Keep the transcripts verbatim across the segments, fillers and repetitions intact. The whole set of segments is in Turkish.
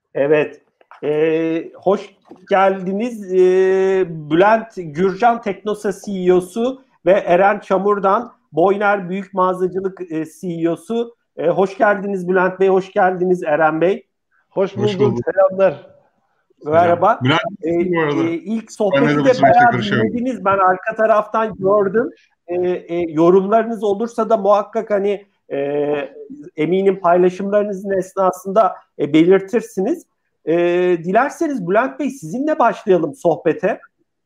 Evet. Ee, hoş geldiniz. Ee, Bülent Gürcan Teknosa C E O'su ve Eren Çamur'dan Boyner Büyük Mağazacılık e, C E O'su. Ee, hoş geldiniz Bülent Bey, hoş geldiniz Eren Bey. Hoş bulduk, hoş bulduk. Selamlar. Merhaba. Bülent ee, bu arada. E, ilk sohbeti de bayağı dinlediniz. Ben arka taraftan gördüm. E, e, yorumlarınız olursa da muhakkak hani e, eminim paylaşımlarınızın esnasında e, belirtirsiniz. E, dilerseniz Bülent Bey sizinle başlayalım sohbete.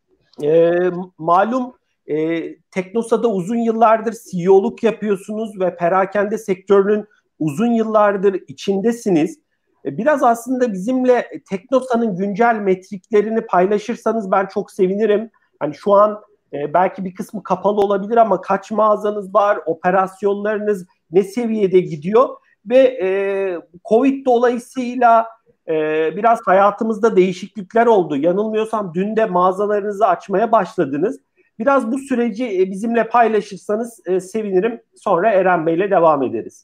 E, malum e, Teknosa'da uzun yıllardır C E O'luk yapıyorsunuz ve perakende sektörünün uzun yıllardır içindesiniz. E, biraz aslında bizimle Teknosa'nın güncel metriklerini paylaşırsanız ben çok sevinirim. Hani şu an e, belki bir kısmı kapalı olabilir ama kaç mağazanız var, operasyonlarınız ne seviyede gidiyor ve e, Covid dolayısıyla e, biraz hayatımızda değişiklikler oldu. Yanılmıyorsam dün de mağazalarınızı açmaya başladınız. Biraz bu süreci e, bizimle paylaşırsanız e, sevinirim. Sonra Eren Bey'le devam ederiz.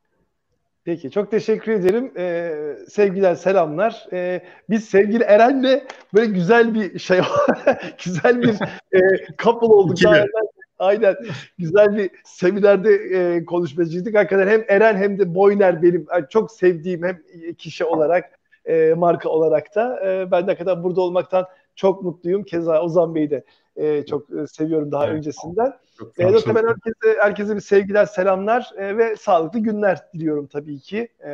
Couple çok teşekkür ederim. Ee, sevgiler, selamlar. Ee, biz sevgili Eren'le böyle güzel bir şey, güzel bir e, couple olduk. Daha aynen. Güzel bir seminerde e, konuşmacıydık. Hakikaten hem Eren hem de Boyner benim yani çok sevdiğim hem kişi olarak, e, marka olarak da. E, ben de hakikaten burada olmaktan çok mutluyum. Keza Ozan Bey'i de e, çok e, seviyorum daha evet. öncesinden. E, ben herkese, herkese bir sevgiler, selamlar e, ve sağlıklı günler diliyorum tabii ki. E,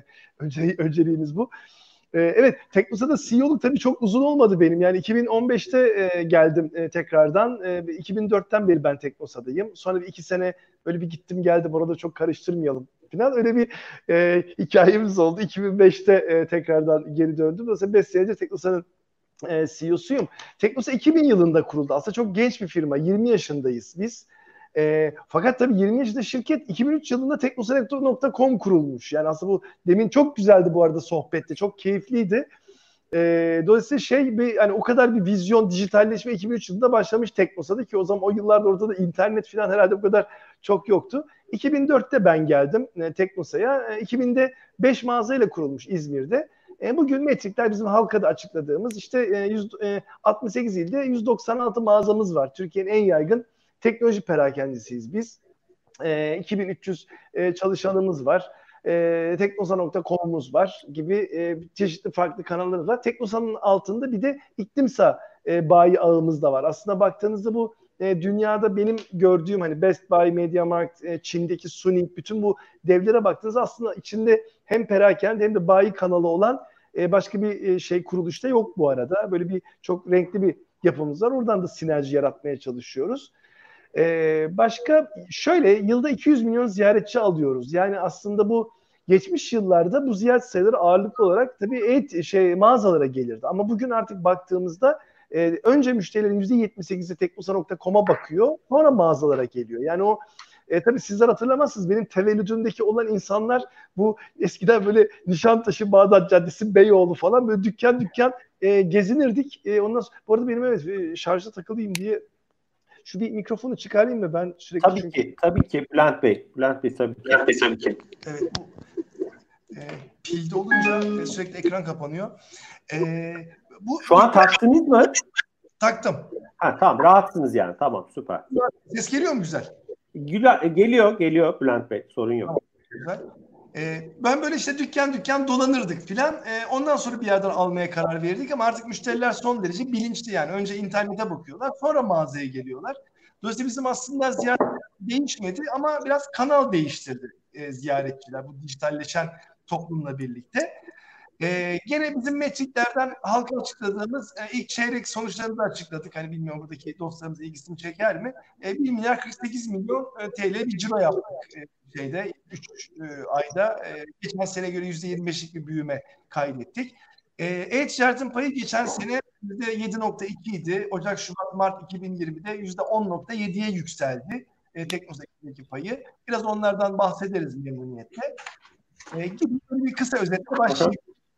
önce, önceliğimiz bu. E, evet, Teknosa'da C E O'luk tabii çok uzun olmadı benim. Yani iki bin on beşte e, geldim e, tekrardan. E, iki bin dörtten beri ben Teknosa'dayım. Sonra bir iki sene böyle bir gittim geldim. Orada çok karıştırmayalım falan. Öyle bir e, hikayemiz oldu. iki bin beşte e, tekrardan geri döndüm. Dolayısıyla beş senedir Teknosa'nın C E O'suyum. Teknosa iki bin yılında kuruldu. Aslında çok genç bir firma. yirmi yaşındayız biz. E, fakat tabii yirmi yaşında şirket iki bin üç yılında teknosaelektro nokta com kurulmuş. Yani aslında bu demin çok güzeldi bu arada sohbette. Çok keyifliydi. E, dolayısıyla şey bir hani o kadar bir vizyon, dijitalleşme iki bin üç yılında başlamış Teknosa'da ki o zaman o yıllarda orada da internet falan herhalde bu kadar çok yoktu. iki bin dörtte ben geldim e, Teknosa'ya. E, iki binde beş mağazayla kurulmuş İzmir'de. E, bugün metrikler bizim halka da açıkladığımız işte e, yüz, e, altmış sekiz ilde yüz doksan altı mağazamız var. Türkiye'nin en yaygın teknoloji perakendisiyiz biz. E, iki bin üç yüz e, çalışanımız var. E, teknosa nokta com'umuz var gibi e, çeşitli farklı kanallarımız var. Teknosa'nın altında bir de İklimsa e, bayi ağımız da var. Aslında baktığınızda bu e, dünyada benim gördüğüm hani Best Buy, MediaMarkt, e, Çin'deki Suning bütün bu devlere baktığınızda aslında içinde hem perakende hem de bayi kanalı olan e, başka bir e, şey kuruluşta yok bu arada. Böyle bir çok renkli bir yapımız var. Oradan da sinerji yaratmaya çalışıyoruz. Ee, başka şöyle yılda iki yüz milyon ziyaretçi alıyoruz. Yani aslında bu geçmiş yıllarda bu ziyaret sayıları ağırlıklı olarak tabii et, şey mağazalara gelirdi. Ama bugün artık baktığımızda e, önce müşterilerin yüzde yetmiş sekizi teknosa nokta com'a bakıyor. Sonra mağazalara geliyor. Yani o e, tabii sizler hatırlamazsınız. Benim tevellüdümdeki olan insanlar bu eskiden böyle Nişantaşı, Bağdat Caddesi, Beyoğlu falan böyle dükkan dükkan e, gezinirdik. E, ondan sonra, bu arada benim evet e, şarja takılayım diye şu bir mikrofonu çıkarayım mı ben sürekli tabii çünkü... ki tabii ki Bülent Bey Bülent Bey tabii ki. Bülent Bey tabii ki. Evet bu e, pilde olunca e, sürekli ekran kapanıyor. E, bu şu an taktınız mı? Taktım. Ha tamam rahatsınız yani tamam süper. Ses geliyor mu güzel? Güla, geliyor geliyor Bülent Bey sorun yok. Tamam, güzel. Ee, ben böyle işte dükkan dükkan dolanırdık filan. Ee, ondan sonra bir yerden almaya karar verdik ama artık müşteriler son derece bilinçli yani. Önce internete bakıyorlar, sonra mağazaya geliyorlar. Dolayısıyla bizim aslında ziyaret değişmedi ama biraz kanal değiştirdi e, ziyaretçiler bu dijitalleşen toplumla birlikte. Ee, gene bizim metriklerden halka açıkladığımız e, ilk çeyrek sonuçlarını da açıkladık. Hani bilmiyorum buradaki dostlarımız ilgisini çeker mi? E, bir milyar kırk sekiz milyon T L bir ciro yaptık e, şeyde üç e, ayda. E, geçen sene göre yüzde yirmi beşlik bir büyüme kaydettik. E, e-ticaretin payı geçen sene yüzde yedi nokta iki idi. Ocak, Şubat, Mart iki bin yirmide yüzde on nokta yediye yükseldi. E, Teknosa'daki payı. Biraz onlardan bahsederiz memnuniyetle. E, gibi bir kısa özetle başlayalım.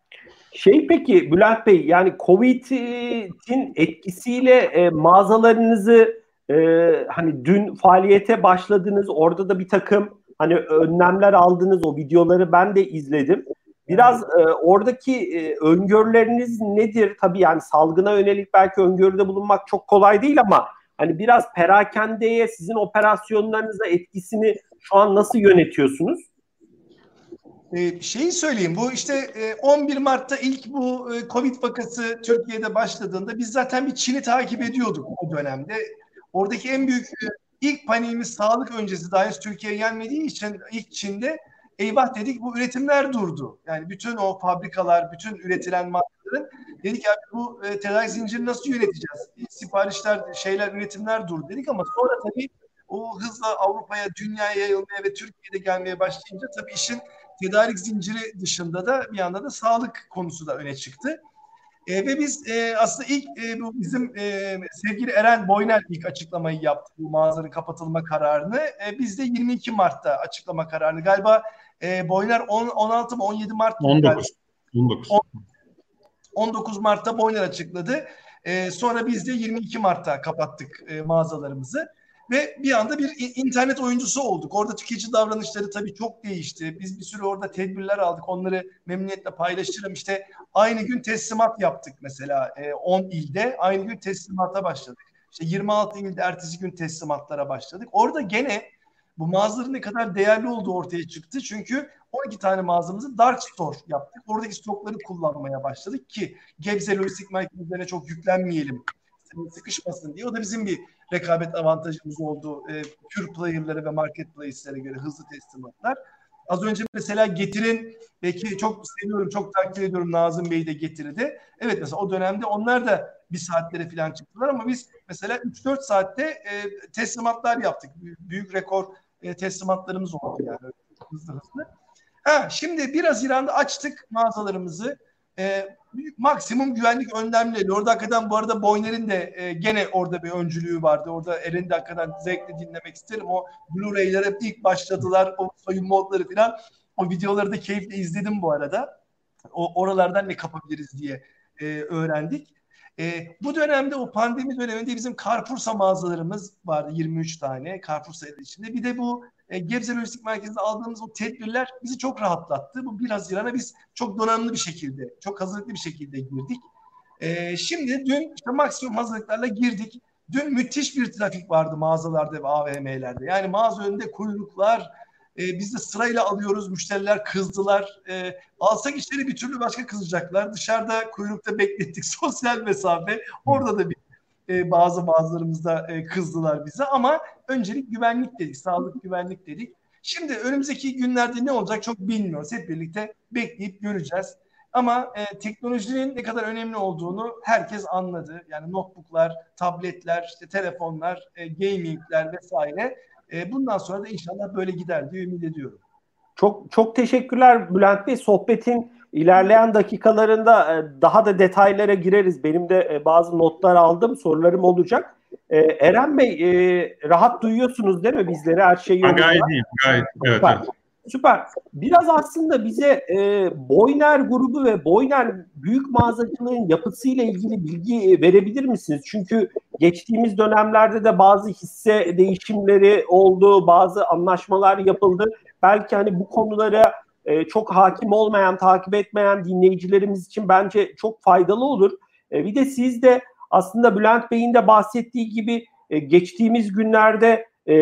Şey peki Bülent Bey yani Covid'in etkisiyle e, mağazalarınızı e, hani dün faaliyete başladınız orada da bir takım hani önlemler aldınız o videoları ben de izledim. Biraz e, oradaki e, öngörüleriniz nedir? Tabii yani salgına yönelik belki öngörüde bulunmak çok kolay değil ama hani biraz perakendeye, sizin operasyonlarınıza etkisini şu an nasıl yönetiyorsunuz? Ee, şeyi söyleyeyim, bu işte e, on bir Mart'ta ilk bu e, Covid vakası Türkiye'de başladığında biz zaten bir Çin'i takip ediyorduk o dönemde. Oradaki en büyük e, ilk paniğimiz sağlık öncesi, daha henüz Türkiye'ye gelmediği için ilk Çin'de eyvah dedik, bu üretimler durdu. Yani bütün o fabrikalar, bütün üretilen markaların dedik abi bu e, tedarik zincirini nasıl yöneteceğiz? E, siparişler, şeyler, üretimler durdu dedik ama sonra tabii o hızla Avrupa'ya, dünyaya yayılmaya ve Türkiye'de gelmeye başlayınca tabii işin tedarik zinciri dışında da bir anda da sağlık konusu da öne çıktı. E, ve biz e, aslında ilk e, bu bizim e, sevgili Eren Boyner ilk açıklamayı yaptı, bu mağazanın kapatılma kararını. E, biz de yirmi iki Mart'ta açıklama kararını, galiba e, Boyner on, on altı mı on yedi Mart on dokuz. on dokuz. on dokuz Mart'ta Boyner açıkladı. E, sonra biz de yirmi iki Mart'ta kapattık e, mağazalarımızı. Ve bir anda bir internet oyuncusu olduk. Orada tüketici davranışları tabii çok değişti. Biz bir sürü orada tedbirler aldık. Onları memnuniyetle paylaşırım. İşte aynı gün teslimat yaptık mesela on ilde. Aynı gün teslimata başladık. İşte yirmi altı ilde ertesi gün teslimatlara başladık. Orada gene bu mağazaların ne kadar değerli olduğu ortaya çıktı. Çünkü on iki tane mağazamızı dark store yaptık. Oradaki stokları kullanmaya başladık ki Gebze Lojistik Merkezlerine çok yüklenmeyelim, sıkışmasın diye. O da bizim bir rekabet avantajımız oldu. E, pure player'lara ve marketplace'lere göre hızlı teslimatlar. Az önce mesela Getir'in, belki çok seviyorum, çok takdir ediyorum Nazım Bey'i de Getir'de. Evet, mesela o dönemde onlar da bir saatlere falan çıktılar ama biz mesela üç dört saatte e, teslimatlar yaptık. Büyük, büyük rekor e, teslimatlarımız oldu yani hızlı hızlı. Ha, şimdi bir Haziran'da açtık mağazalarımızı. E, maksimum güvenlik önlemleri. Orada hakikaten bu arada Boyner'in de e, gene orada bir öncülüğü vardı. Orada Eren'i de hakikaten zevkle dinlemek isterim. O Blu-ray'ler hep ilk başladılar. O soyun modları falan. O videoları da keyifle izledim bu arada. O oralardan ne kapabiliriz diye e, öğrendik. E, bu dönemde, o pandemi döneminde bizim Carrefour'sa mağazalarımız vardı, yirmi üç tane Carrefour'sa içinde. Bir de bu e, Gebze Lojistik Merkezi'nde aldığımız o tedbirler bizi çok rahatlattı. Bu bir Haziran'a biz çok donanımlı bir şekilde, çok hazırlıklı bir şekilde girdik. E, şimdi dün işte maksimum hazırlıklarla girdik. Dün müthiş bir trafik vardı mağazalarda ve A V M'lerde. Yani mağaza önünde kuyruklar, e, biz de sırayla alıyoruz, müşteriler kızdılar. E, alsak işleri bir türlü başka kızacaklar. Dışarıda kuyrukta beklettik, sosyal mesafe. Orada da bir e, bazı mağazalarımızda e, kızdılar bize ama öncelik güvenlik dedik, sağlık güvenlik dedik. Şimdi önümüzdeki günlerde ne olacak çok bilmiyoruz. Hep birlikte bekleyip göreceğiz. Ama e, teknolojinin ne kadar önemli olduğunu herkes anladı. Yani notebooklar, tabletler, işte telefonlar, e, gamingler vesaire. E, bundan sonra da inşallah böyle gider diye ümit ediyorum. Çok çok teşekkürler Bülent Bey. Sohbetin ilerleyen dakikalarında daha da detaylara gireriz. Benim de bazı notlar aldım, sorularım olacak. Eren Bey, rahat duyuyorsunuz değil mi bizleri? Her şey yolunda. Gayet iyi, gayet. Evet, Süper. evet. Süper. Biraz aslında bize e, Boyner grubu ve Boyner büyük mağazacılığın yapısıyla ilgili bilgi verebilir misiniz? Çünkü geçtiğimiz dönemlerde de bazı hisse değişimleri oldu, bazı anlaşmalar yapıldı. Belki hani bu konulara e, çok hakim olmayan, takip etmeyen dinleyicilerimiz için bence çok faydalı olur. E, bir de siz de aslında Bülent Bey'in de bahsettiği gibi e, geçtiğimiz günlerde e,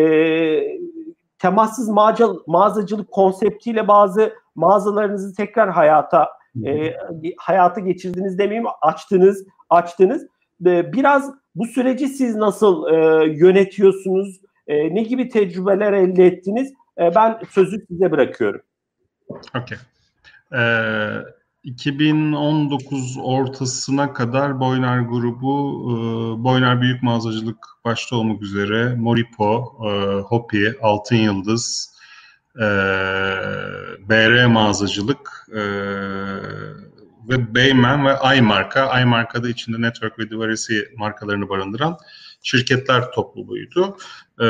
temassız mağaza, mağazacılık konseptiyle bazı mağazalarınızı tekrar hayata e, hayata geçirdiniz demeyeyim, açtınız, açtınız. E, biraz bu süreci siz nasıl e, yönetiyorsunuz? E, ne gibi tecrübeler elde ettiniz? E, ben sözü size bırakıyorum. Okay. Ee, iki bin on dokuz ortasına kadar Boyner grubu, e, Boyner Büyük Mağazacılık başta olmak üzere Moripo, e, Hopi, Altın Yıldız, e, B R Mağazacılık e, ve Beymen ve iMarka, iMarka'da içinde Network ve Divarisi markalarını barındıran şirketler topluluğuydu. Ee,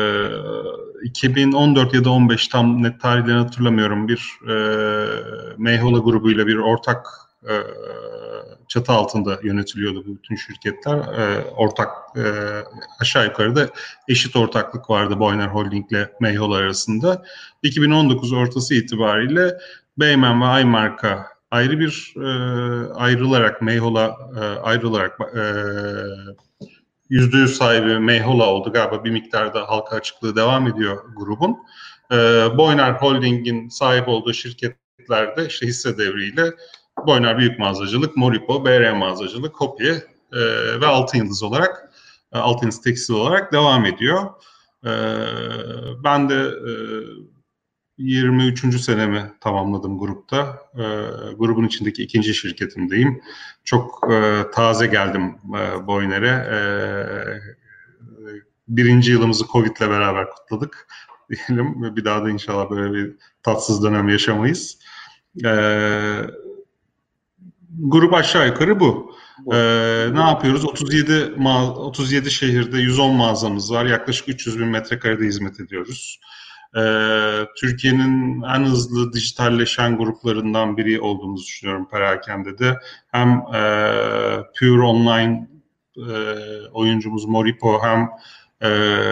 iki bin on dört ya da on beş, tam net tarihlerini hatırlamıyorum, bir e, Meyhola grubuyla bir ortak e, çatı altında yönetiliyordu bu bütün şirketler. E, ortak e, aşağı yukarı da eşit ortaklık vardı Boyner Holding ile Meyhola arasında. iki bin on dokuz ortası itibariyle Beymen ve iMark'a ayrı bir e, ayrılarak, Mayhol'a e, ayrılarak e, yüzde yüz sahibi Mayhol'a oldu. Galiba bir miktarda halka açıklığı devam ediyor grubun. E, Boyner Holding'in sahip olduğu şirketlerde işte hisse devriyle Boyner Büyük Mağazacılık, Moripo, B R Mağazacılık, Hopi e, ve Altın Yıldız olarak, e, Altın Yıldız Tekstil olarak devam ediyor. E, ben de e, yirmi üçüncü senemi tamamladım grupta. E, grubun içindeki ikinci şirketimdeyim. Çok e, taze geldim e, Boyner'e. E, birinci yılımızı Covid'le beraber kutladık diyelim. Bir daha da inşallah böyle bir tatsız dönem yaşamayız. E, grup aşağı yukarı bu. bu. E, ne yapıyoruz? otuz yedi ma- otuz yedi şehirde yüz on mağazamız var. Yaklaşık üç yüz bin metrekarede hizmet ediyoruz. Ee, Türkiye'nin en hızlı dijitalleşen gruplarından biri olduğumuzu düşünüyorum perakende de. Hem e, Pure Online e, oyuncumuz Moripo hem e,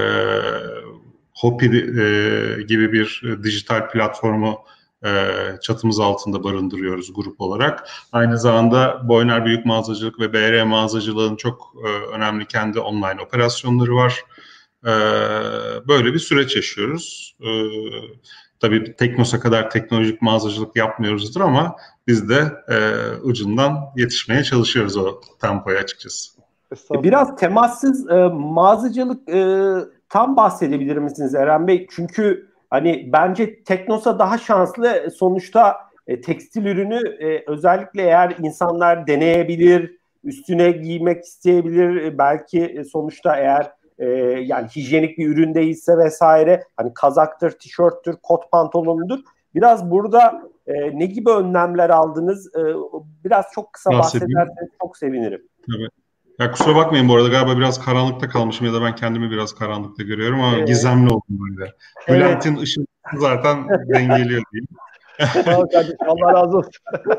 Hopi e, gibi bir dijital platformu e, çatımız altında barındırıyoruz grup olarak. Aynı zamanda Boyner Büyük Mağazacılık ve B R Mağazacılığın çok e, önemli kendi online operasyonları var. Böyle bir süreç yaşıyoruz. Tabii Teknos'a kadar teknolojik mağazacılık yapmıyoruzdur ama biz de ucundan yetişmeye çalışıyoruz o tempoya açıkçası. Biraz temassız e, mağazacılık e, tam bahsedebilir misiniz Eren Bey? Çünkü hani bence Teknos'a daha şanslı. Sonuçta e, tekstil ürünü e, özellikle eğer insanlar deneyebilir, üstüne giymek isteyebilir. E, belki e, sonuçta eğer Ee, yani hijyenik bir ürün değilse vesaire, hani kazaktır, tişörttür, kot pantolonudur. Biraz burada e, ne gibi önlemler aldınız? E, biraz çok kısa bahsederseniz çok sevinirim. Tabii. Ya kusura bakmayın bu arada, galiba biraz karanlıkta kalmışım ya da ben kendimi biraz karanlıkta görüyorum ama evet. Gizemli oldum böyle. Evet. Bülent'in ışığı zaten dengeliyor diyeyim. Sağ ol kardeşim, Allah razı olsun.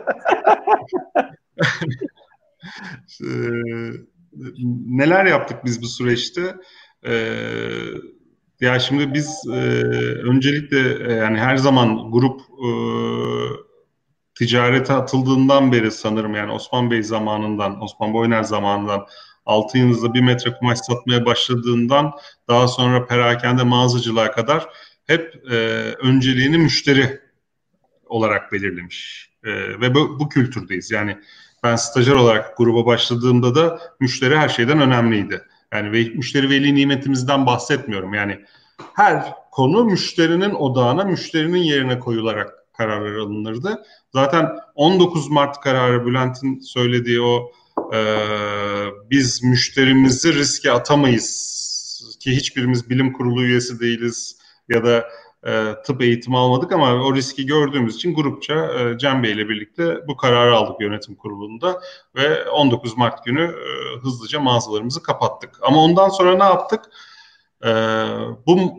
Neler yaptık biz bu süreçte? Ee, ya şimdi biz e, öncelikle e, yani her zaman grup e, ticarete atıldığından beri sanırım, yani Osman Bey zamanından, Osman Boyner zamanından, Altın Yıldız'da bir metre kumaş satmaya başladığından daha sonra perakende mağazacılığa kadar hep e, önceliğini müşteri olarak belirlemiş. E, ve bu, bu kültürdeyiz. Yani ben stajyer olarak gruba başladığımda da müşteri her şeyden önemliydi. Yani ve, müşteri veli nimetimizden bahsetmiyorum. Yani her konu müşterinin odağına, müşterinin yerine koyularak kararlar alınırdı. Zaten on dokuz Mart kararı, Bülent'in söylediği o e, biz müşterimizi riske atamayız ki hiçbirimiz bilim kurulu üyesi değiliz ya da E, tıp eğitimi almadık ama o riski gördüğümüz için grupça e, Cem Bey ile birlikte bu kararı aldık yönetim kurulunda ve on dokuz Mart günü e, hızlıca mağazalarımızı kapattık. Ama ondan sonra ne yaptık? E, bu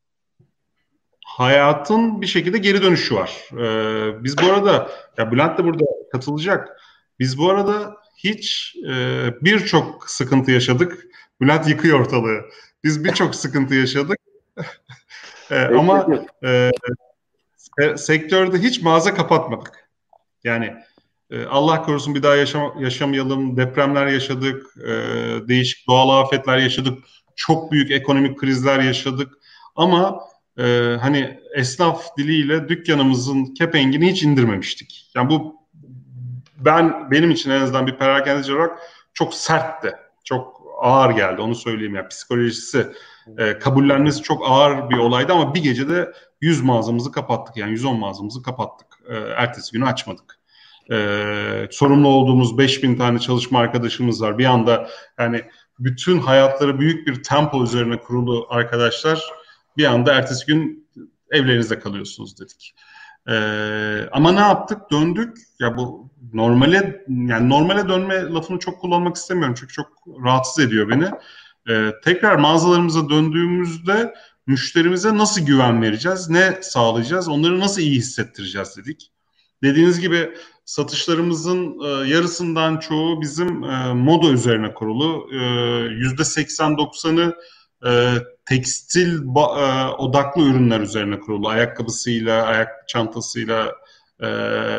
hayatın bir şekilde geri dönüşü var. E, biz bu arada, ya Bülent de burada katılacak. Biz bu arada hiç e, birçok sıkıntı yaşadık. Bülent yıkıyor ortalığı. Biz birçok sıkıntı yaşadık. Ee, ama e, sektörde hiç mağaza kapatmadık. Yani e, Allah korusun bir daha yaşam, yaşamayalım. Depremler yaşadık, e, değişik doğal afetler yaşadık, çok büyük ekonomik krizler yaşadık. Ama e, hani esnaf diliyle dükkanımızın kepengini hiç indirmemiştik. Yani bu ben benim için en azından bir perakendeci olarak çok sertti, çok ağır geldi. Onu söyleyeyim ya, yani psikolojisi. E, kabullenmesi çok ağır bir olaydı ama bir gecede yüz mağazamızı kapattık. Yani yüz on mağazamızı kapattık. E, ertesi günü açmadık. E, sorumlu olduğumuz beş bin tane çalışma arkadaşımız var. Bir anda yani bütün hayatları büyük bir tempo üzerine kurulu arkadaşlar bir anda ertesi gün evlerinizde kalıyorsunuz dedik. E, ama ne yaptık? Döndük. Ya bu normale, yani normale dönme lafını çok kullanmak istemiyorum çünkü çok rahatsız ediyor beni. Ee, tekrar mağazalarımıza döndüğümüzde müşterimize nasıl güven vereceğiz, ne sağlayacağız, onları nasıl iyi hissettireceğiz dedik. Dediğiniz gibi satışlarımızın e, yarısından çoğu bizim e, moda üzerine kurulu. E, yüzde seksen doksanı e, tekstil ba- e, odaklı ürünler üzerine kurulu. Ayakkabısıyla, ayak çantasıyla, e,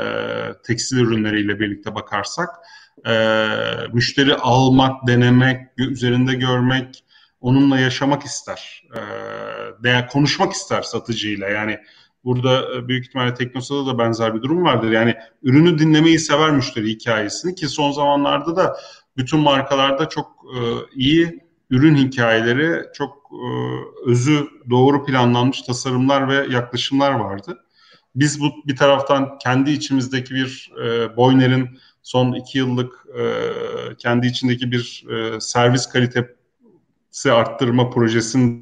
tekstil ürünleriyle birlikte bakarsak. E, müşteri almak, denemek, üzerinde görmek, onunla yaşamak ister. E, veya konuşmak ister satıcıyla. Yani burada büyük ihtimalle Teknosa'da da benzer bir durum vardır. Yani ürünü dinlemeyi sever müşteri hikayesini, ki son zamanlarda da bütün markalarda çok e, iyi ürün hikayeleri, çok e, özü doğru planlanmış tasarımlar ve yaklaşımlar vardı. Biz bu bir taraftan kendi içimizdeki bir e, Boyner'in son iki yıllık e, kendi içindeki bir e, servis kalitesi arttırma projesini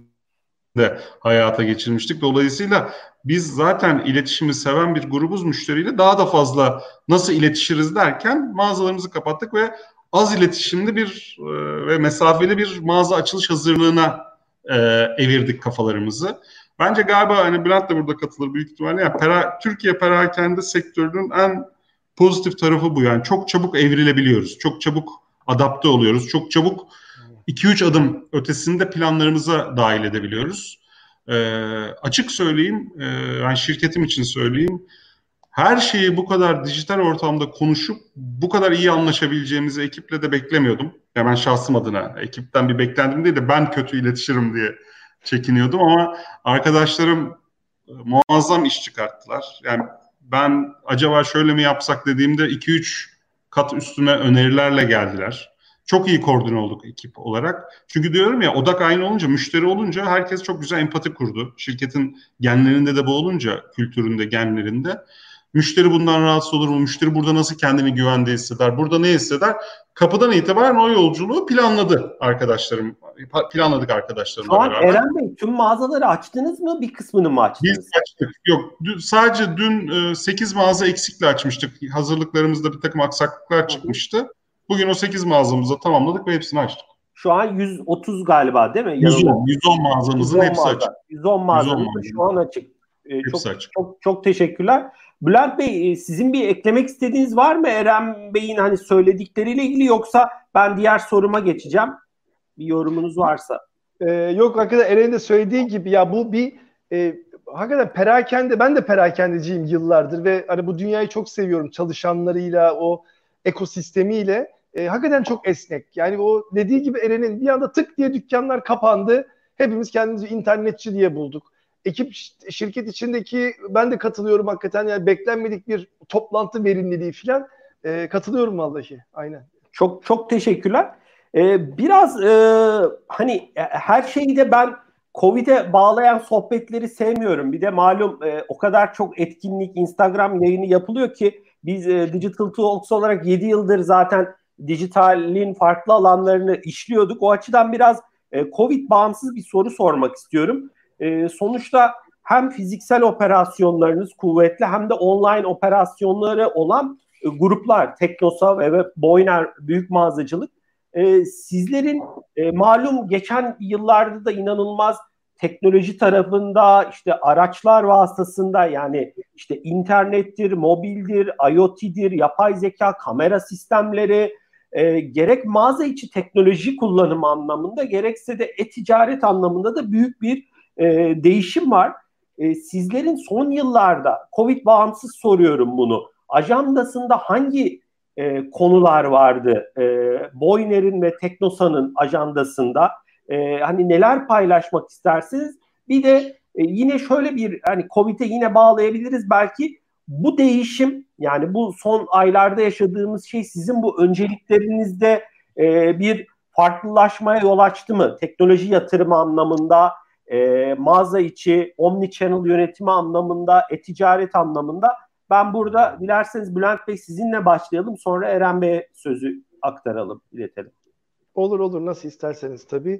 de hayata geçirmiştik. Dolayısıyla biz zaten iletişimi seven bir grubuz, müşteriyle daha da fazla nasıl iletişiriz derken mağazalarımızı kapattık ve az iletişimli bir e, ve mesafeli bir mağaza açılış hazırlığına e, evirdik kafalarımızı. Bence galiba hani Bülent de burada katılır büyük ihtimalle. Yani pera, Türkiye perakende sektörünün en pozitif tarafı bu. Yani çok çabuk evrilebiliyoruz. Çok çabuk adapte oluyoruz. Çok çabuk iki üç adım ötesinde planlarımıza dahil edebiliyoruz. E, açık söyleyeyim, e, yani şirketim için söyleyeyim. Her şeyi bu kadar dijital ortamda konuşup bu kadar iyi anlaşabileceğimizi ekiple de beklemiyordum. Ya ben şahsım adına ekipten bir beklentim değil de ben kötü iletişirim diye çekiniyordum ama arkadaşlarım muazzam iş çıkarttılar. Yani ben acaba şöyle mi yapsak dediğimde iki üç kat üstüne önerilerle geldiler. Çok iyi koordine olduk ekip olarak. Çünkü diyorum ya, odak aynı olunca, müşteri olunca herkes çok güzel empati kurdu. Şirketin genlerinde de bu olunca, kültüründe, genlerinde. Müşteri bundan rahatsız olur mu? Müşteri burada nasıl kendini güvende hisseder? Burada ne hisseder? Kapıdan itibaren o yolculuğu planladı arkadaşlarım. Planladık arkadaşlarımla Şu an beraber. Eren Bey, tüm mağazaları açtınız mı? Bir kısmını mı açtınız? Biz açtık. Yok. Dün, sadece dün sekiz mağaza eksikle açmıştık. Hazırlıklarımızda bir takım aksaklıklar çıkmıştı. Bugün o sekiz mağazamızı tamamladık ve hepsini açtık. Şu an yüz otuz galiba değil mi? yüz on, yüz on mağazamızın hepsi mağaza. açık. yüz on mağazamız şu an açık. Ee, çok, açık. çok çok teşekkürler. Bülent Bey, sizin bir eklemek istediğiniz var mı Eren Bey'in hani söyledikleriyle ilgili, yoksa ben diğer soruma geçeceğim. Bir yorumunuz varsa. Ee, yok, hakikaten Eren'in de söylediği gibi ya bu bir e, hakikaten perakende, ben de perakendeciyim yıllardır ve hani bu dünyayı çok seviyorum, çalışanlarıyla, o ekosistemiyle. E, hakikaten çok esnek. Yani o dediği gibi Eren'in, bir anda tık diye dükkanlar kapandı. Hepimiz kendimizi internetçi diye bulduk. Ekip, şirket içindeki, ben de katılıyorum hakikaten, yani beklenmedik bir toplantı verimliliği falan. E, katılıyorum vallahi. Aynen. Çok çok teşekkürler. Ee, biraz e, hani her şeyi de ben Covid'e bağlayan sohbetleri sevmiyorum. Bir de malum e, o kadar çok etkinlik, Instagram yayını yapılıyor ki biz e, Digital Talks olarak yedi yıldır zaten dijitalin farklı alanlarını işliyorduk. O açıdan biraz e, Covid bağımsız bir soru sormak istiyorum. E, sonuçta hem fiziksel operasyonlarınız kuvvetli hem de online operasyonları olan e, gruplar, Teknosa ve Boyner büyük mağazacılık. E, sizlerin e, malum geçen yıllarda da inanılmaz teknoloji tarafında, işte araçlar vasıtasında, yani işte internettir, mobildir, IoT'dir, yapay zeka, kamera sistemleri, e, gerek mağaza içi teknoloji kullanımı anlamında gerekse de e-ticaret anlamında da büyük bir e, değişim var. E, sizlerin son yıllarda, Covid bağımsız soruyorum bunu, ajandasında hangi e, konular vardı? E, Boyner'in ve Teknosa'nın ajandasında e, hani neler paylaşmak istersiniz? Bir de e, yine şöyle bir, hani Covid'e yine bağlayabiliriz belki. Bu değişim, yani bu son aylarda yaşadığımız şey sizin bu önceliklerinizde e, bir farklılaşmaya yol açtı mı? Teknoloji yatırımı anlamında, e, mağaza içi, omnichannel yönetimi anlamında, e-ticaret anlamında. Ben burada dilerseniz Bülent Bey sizinle başlayalım, sonra Eren Bey'e sözü aktaralım, iletelim. Olur olur, nasıl isterseniz tabii.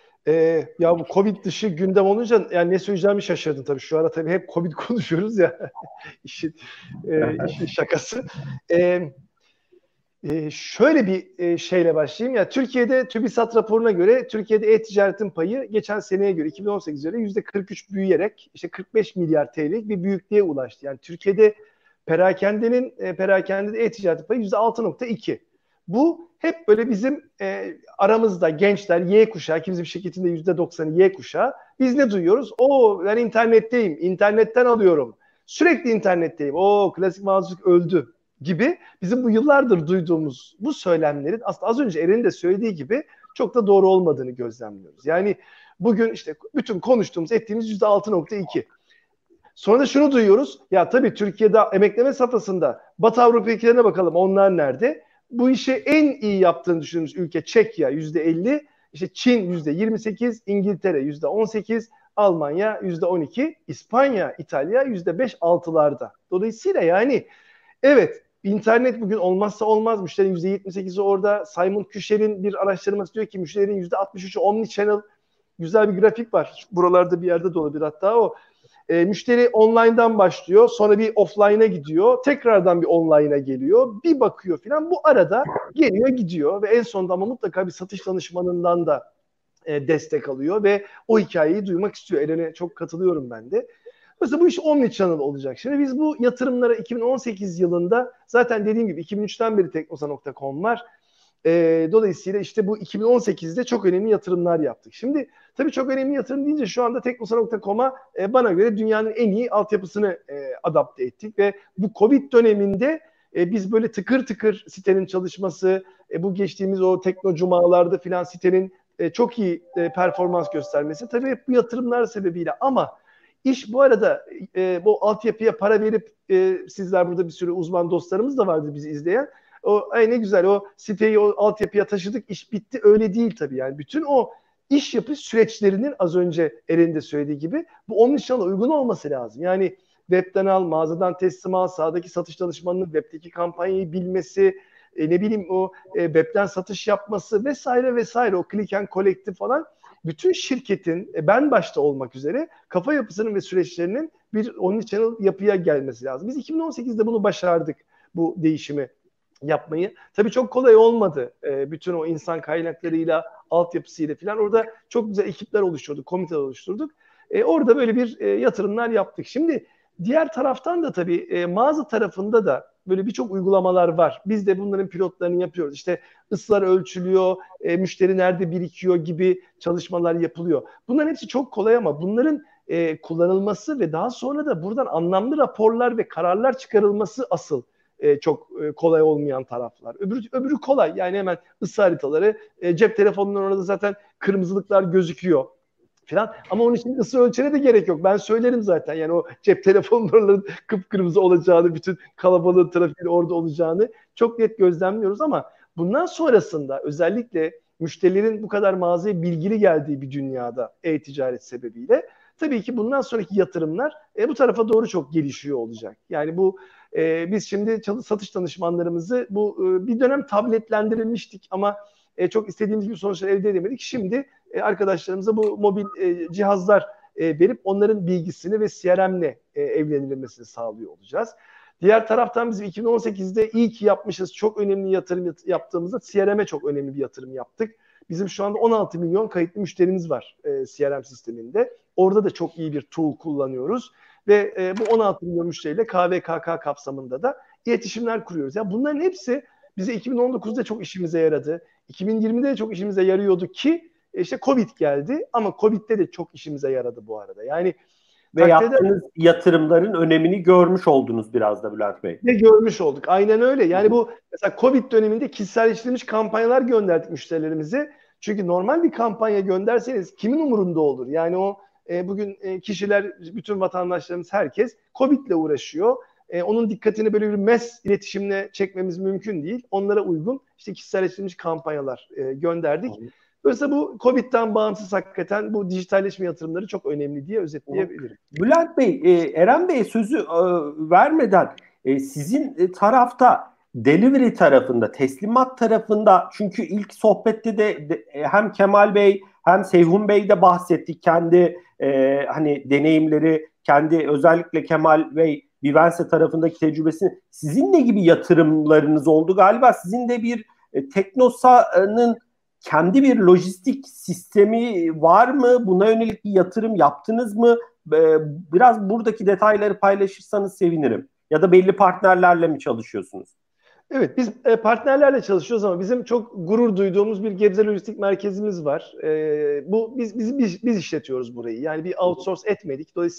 Ee, ya bu Covid dışı gündem olunca yani ne söyleyeceğimi şaşırdım tabii. Şu ara tabii hep Covid konuşuyoruz ya. işin, e, işin şakası. Ee, e, şöyle bir e, şeyle başlayayım. Ya Türkiye'de TÜBİSAT raporuna göre Türkiye'de e-ticaretin payı geçen seneye göre iki bin on sekiz göre yüzde kırk üç büyüyerek işte kırk beş milyar T L'lik bir büyüklüğe ulaştı. Yani Türkiye'de perakendenin e, perakendede e-ticaretin payı yüzde altı nokta iki. Bu hep böyle bizim e, aramızda gençler, Y kuşağı, ki bizim şirketin de yüzde doksanı Y kuşağı. Biz ne duyuyoruz? Oo, ben internetteyim, internetten alıyorum. Sürekli internetteyim. O klasik mağazacılık öldü gibi bizim bu yıllardır duyduğumuz bu söylemlerin aslında az önce Eren'in de söylediği gibi çok da doğru olmadığını gözlemliyoruz. Yani bugün işte bütün konuştuğumuz, ettiğimiz yüzde altı nokta iki. Sonra da şunu duyuyoruz. Ya tabii Türkiye'de emekleme safhasında Batı Avrupa ülkelerine bakalım, onlar nerede? Bu işi en iyi yaptığını düşündüğümüz ülke Çekya yüzde elli, işte Çin yüzde yirmi sekiz, İngiltere yüzde on sekiz, Almanya yüzde on iki, İspanya, İtalya yüzde beş altılarda. Dolayısıyla yani evet, internet bugün olmazsa olmaz. Müşterinin yüzde yetmiş sekizi orada. Simon Kucher'in bir araştırması diyor ki müşterinin yüzde altmış üçü omnichannel. Güzel bir grafik var. Buralarda bir yerde de olabilir hatta o. E, müşteri online'dan başlıyor. Sonra bir offline'a gidiyor. Tekrardan bir online'a geliyor. Bir bakıyor falan. Bu arada geliyor gidiyor. Ve en sonunda ama mutlaka bir satış danışmanından da e, destek alıyor. Ve o hikayeyi duymak istiyor. Eren'e çok katılıyorum ben de. Mesela bu iş omnichannel olacak. Şimdi biz bu yatırımlara iki bin on sekiz yılında zaten dediğim gibi iki bin üçten beri teknosa nokta com var. E, dolayısıyla işte bu iki bin on sekizde çok önemli yatırımlar yaptık. Şimdi tabii çok önemli yatırım deyince şu anda teknosa nokta com'a e, bana göre dünyanın en iyi altyapısını e, adapte ettik ve bu Covid döneminde e, biz böyle tıkır tıkır sitenin çalışması, e, bu geçtiğimiz o tekno cumalarda filan sitenin e, çok iyi e, performans göstermesi tabii hep bu yatırımlar sebebiyle ama İş bu arada e, bu altyapıya para verip e, sizler burada bir sürü uzman dostlarımız da vardı bizi izleyen. O ay ne güzel o siteyi o altyapıya taşıdık, iş bitti, öyle değil tabii yani. Bütün o iş yapış süreçlerinin az önce Eren'in de söylediği gibi bu omnichannel'a uygun olması lazım. Yani webten al, mağazadan teslim al, sahadaki satış danışmanının webdeki kampanyayı bilmesi, e, ne bileyim o e, webten satış yapması vesaire vesaire, o click and collect'i falan. Bütün şirketin ben başta olmak üzere kafa yapısının ve süreçlerinin bir omnichannel yapıya gelmesi lazım. Biz iki bin on sekizde bunu başardık, bu değişimi yapmayı. Tabii çok kolay olmadı. Bütün o insan kaynaklarıyla, altyapısıyla falan orada çok güzel ekipler oluşturduk, komiteler oluşturduk. Orada böyle bir yatırımlar yaptık. Şimdi diğer taraftan da tabii mağaza tarafında da böyle birçok uygulamalar var. Biz de bunların pilotlarını yapıyoruz. İşte ısılar ölçülüyor, e, müşteri nerede birikiyor gibi çalışmalar yapılıyor. Bunların hepsi çok kolay ama bunların e, kullanılması ve daha sonra da buradan anlamlı raporlar ve kararlar çıkarılması asıl e, çok e, kolay olmayan taraflar. Öbürü, öbürü kolay. Yani hemen ısı haritaları, e, cep telefonundan orada zaten kırmızılıklar gözüküyor falan. Ama onun için ısı ölçene de gerek yok. Ben söylerim zaten. Yani o cep telefonlarının kıpkırmızı olacağını, bütün kalabalığın trafiğinin orada olacağını çok net gözlemliyoruz ama bundan sonrasında özellikle müşterilerin bu kadar mağazaya bilgili geldiği bir dünyada e-ticaret sebebiyle tabii ki bundan sonraki yatırımlar e, bu tarafa doğru çok gelişiyor olacak. Yani bu e, biz şimdi satış danışmanlarımızı bu e, bir dönem tabletlendirilmiştik ama e, çok istediğimiz gibi sonuçlar elde edemedik. Şimdi e, arkadaşlarımıza bu mobil e, cihazlar e, verip onların bilgisini ve C R M'le e, evlenilmesini sağlıyor olacağız. Diğer taraftan biz iki bin on sekizde iyi ki yapmışız, çok önemli yatırım yaptığımızda C R M'e çok önemli bir yatırım yaptık. Bizim şu anda on altı milyon kayıtlı müşterimiz var e, C R M sisteminde. Orada da çok iyi bir tool kullanıyoruz ve e, bu on altı milyon müşteriyle K V K K kapsamında da iletişimler kuruyoruz. Yani bunların hepsi bize iki bin on dokuzda çok işimize yaradı. iki bin yirmide de çok işimize yarıyordu ki işte Covid geldi ama Covid'de de çok işimize yaradı bu arada. Yani ve yaptığınız yatırımların önemini görmüş oldunuz biraz da Bülent Bey. Ne görmüş olduk. Aynen öyle. Yani bu mesela Covid döneminde kişiselleştirilmiş kampanyalar gönderdik müşterilerimize. Çünkü normal bir kampanya gönderseniz kimin umurunda olur? Yani o e, bugün e, kişiler, bütün vatandaşlarımız, herkes Covid'le uğraşıyor. E, onun dikkatini böyle bir mass iletişimle çekmemiz mümkün değil. Onlara uygun işte kişiselleştirilmiş kampanyalar e, gönderdik. Hı. Dolayısıyla bu Covid'den bağımsız hakikaten bu dijitalleşme yatırımları çok önemli diye özetleyebilirim. Bülent Bey, e, Eren Bey'e sözü e, vermeden e, sizin e, tarafta delivery tarafında, teslimat tarafında, çünkü ilk sohbette de, de hem Kemal Bey hem Seyhun Bey de bahsettik kendi e, hani deneyimleri, kendi özellikle Kemal Bey Vivense tarafındaki tecrübesini. Sizin ne gibi yatırımlarınız oldu? Galiba sizin de bir e, Teknosa'nın kendi bir lojistik sistemi var mı? Buna yönelik bir yatırım yaptınız mı? Biraz buradaki detayları paylaşırsanız sevinirim. Ya da belli partnerlerle mi çalışıyorsunuz? Evet, biz partnerlerle çalışıyoruz ama bizim çok gurur duyduğumuz bir Gebze Lojistik Merkezimiz var. Bu biz biz biz, biz işletiyoruz burayı. Yani bir outsource etmedik. Dolayısıyla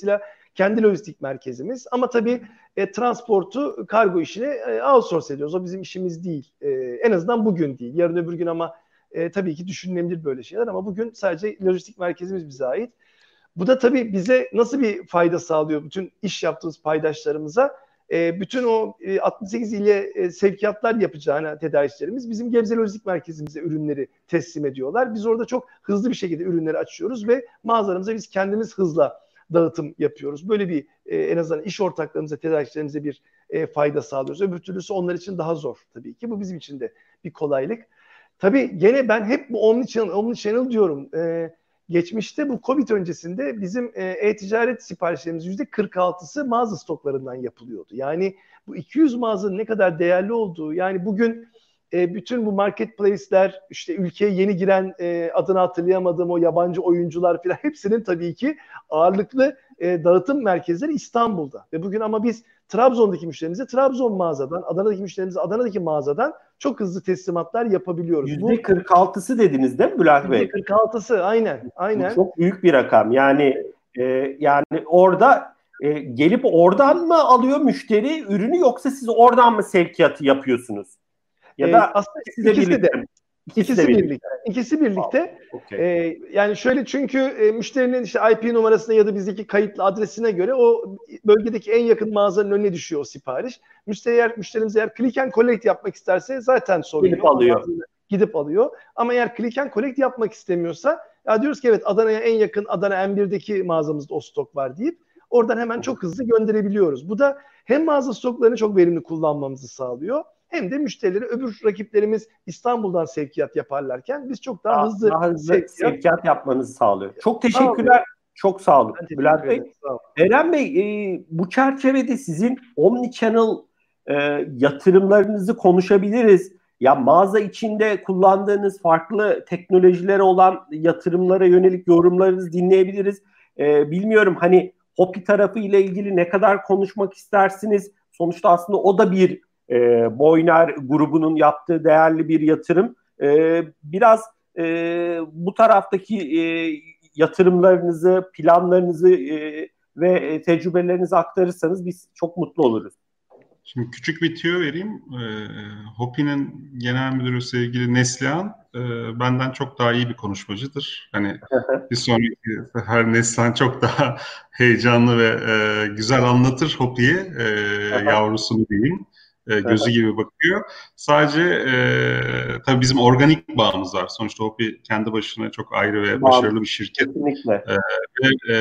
kendi lojistik merkezimiz. Ama tabii e, transportu, kargo işini e, outsource ediyoruz. O bizim işimiz değil. E, en azından bugün değil. Yarın öbür gün ama e, tabii ki düşünülebilir böyle şeyler ama bugün sadece lojistik merkezimiz bize ait. Bu da tabii bize nasıl bir fayda sağlıyor bütün iş yaptığımız paydaşlarımıza? E, bütün o e, altmış sekiz ile e, sevkiyatlar yapacağına tedarikçilerimiz bizim Gebze Lojistik Merkezimize ürünleri teslim ediyorlar. Biz orada çok hızlı bir şekilde ürünleri açıyoruz ve mağazalarımıza biz kendimiz hızla dağıtım yapıyoruz. Böyle bir e, en azından iş ortaklarımıza, tedarikçilerimize bir e, fayda sağlıyoruz. Öbür türlüsü onlar için daha zor tabii ki. Bu bizim için de bir kolaylık. Tabii gene ben hep bu omnichannel, omnichannel diyorum. E, geçmişte bu Covid öncesinde bizim e, e-ticaret siparişlerimiz yüzde kırk altısı mağaza stoklarından yapılıyordu. Yani bu iki yüz mağazanın ne kadar değerli olduğu, yani bugün e, bütün bu marketplace'ler, işte ülkeye yeni giren e, adını hatırlayamadığım o yabancı oyuncular falan hepsinin tabii ki ağırlıklı e, dağıtım merkezleri İstanbul'da. Ve bugün ama biz Trabzon'daki müşterimize Trabzon mağazadan, Adana'daki müşterimize Adana'daki mağazadan çok hızlı teslimatlar yapabiliyoruz. yüzde kırk altısı dediniz değil mi Bülent Bey? yüzde kırk altısı aynen. aynen. Bu çok büyük bir rakam. Yani e, yani orada e, gelip oradan mı alıyor müşteri ürünü yoksa siz oradan mı sevkiyatı yapıyorsunuz? Ya ee, da aslında ikisi de ikisi birlikte. de. İkisi, ikisi de birlikte. birlikte. İkisi birlikte. Okay. Ee, yani şöyle, çünkü e, müşterinin işte I P numarasına ya da bizdeki kayıtlı adresine göre o bölgedeki en yakın mağazanın önüne düşüyor o sipariş. Müşteri eğer, müşterimiz eğer click and collect yapmak isterse zaten sorun gidip yok. alıyor. Gidip alıyor. Ama eğer click and collect yapmak istemiyorsa ya diyoruz ki evet, Adana'ya en yakın Adana M bir'deki mağazamızda o stok var deyip oradan hemen çok hızlı gönderebiliyoruz. Bu da hem mağaza stoklarını çok verimli kullanmamızı sağlıyor, hem de müşterileri, öbür rakiplerimiz İstanbul'dan sevkiyat yaparlarken biz çok daha, daha hızlı, daha hızlı sevkiyat, sevkiyat yapmanızı sağlıyor. Çok teşekkürler. Sağ çok sağ olun Bülent Bey. Eren Bey, e, bu çerçevede sizin omnichannel e, yatırımlarınızı konuşabiliriz. Ya mağaza içinde kullandığınız farklı teknolojilere olan yatırımlara yönelik yorumlarınızı dinleyebiliriz. E, bilmiyorum hani Hopi tarafı ile ilgili ne kadar konuşmak istersiniz? Sonuçta aslında o da bir e, Boyner grubunun yaptığı değerli bir yatırım. E, biraz e, bu taraftaki e, yatırımlarınızı, planlarınızı e, ve tecrübelerinizi aktarırsanız biz çok mutlu oluruz. Şimdi küçük bir tüyo vereyim. E, Hopi'nin genel müdürü sevgili Neslihan e, benden çok daha iyi bir konuşmacıdır. Hani bir sonraki her Neslihan çok daha heyecanlı ve e, güzel anlatır Hopi'yi, e, yavrusunu diyeyim. E, gözü gibi bakıyor. Sadece e, tabii bizim organik bağımız var. Sonuçta Hopi kendi başına çok ayrı ve başarılı bir şirket. Kesinlikle. E, ve e,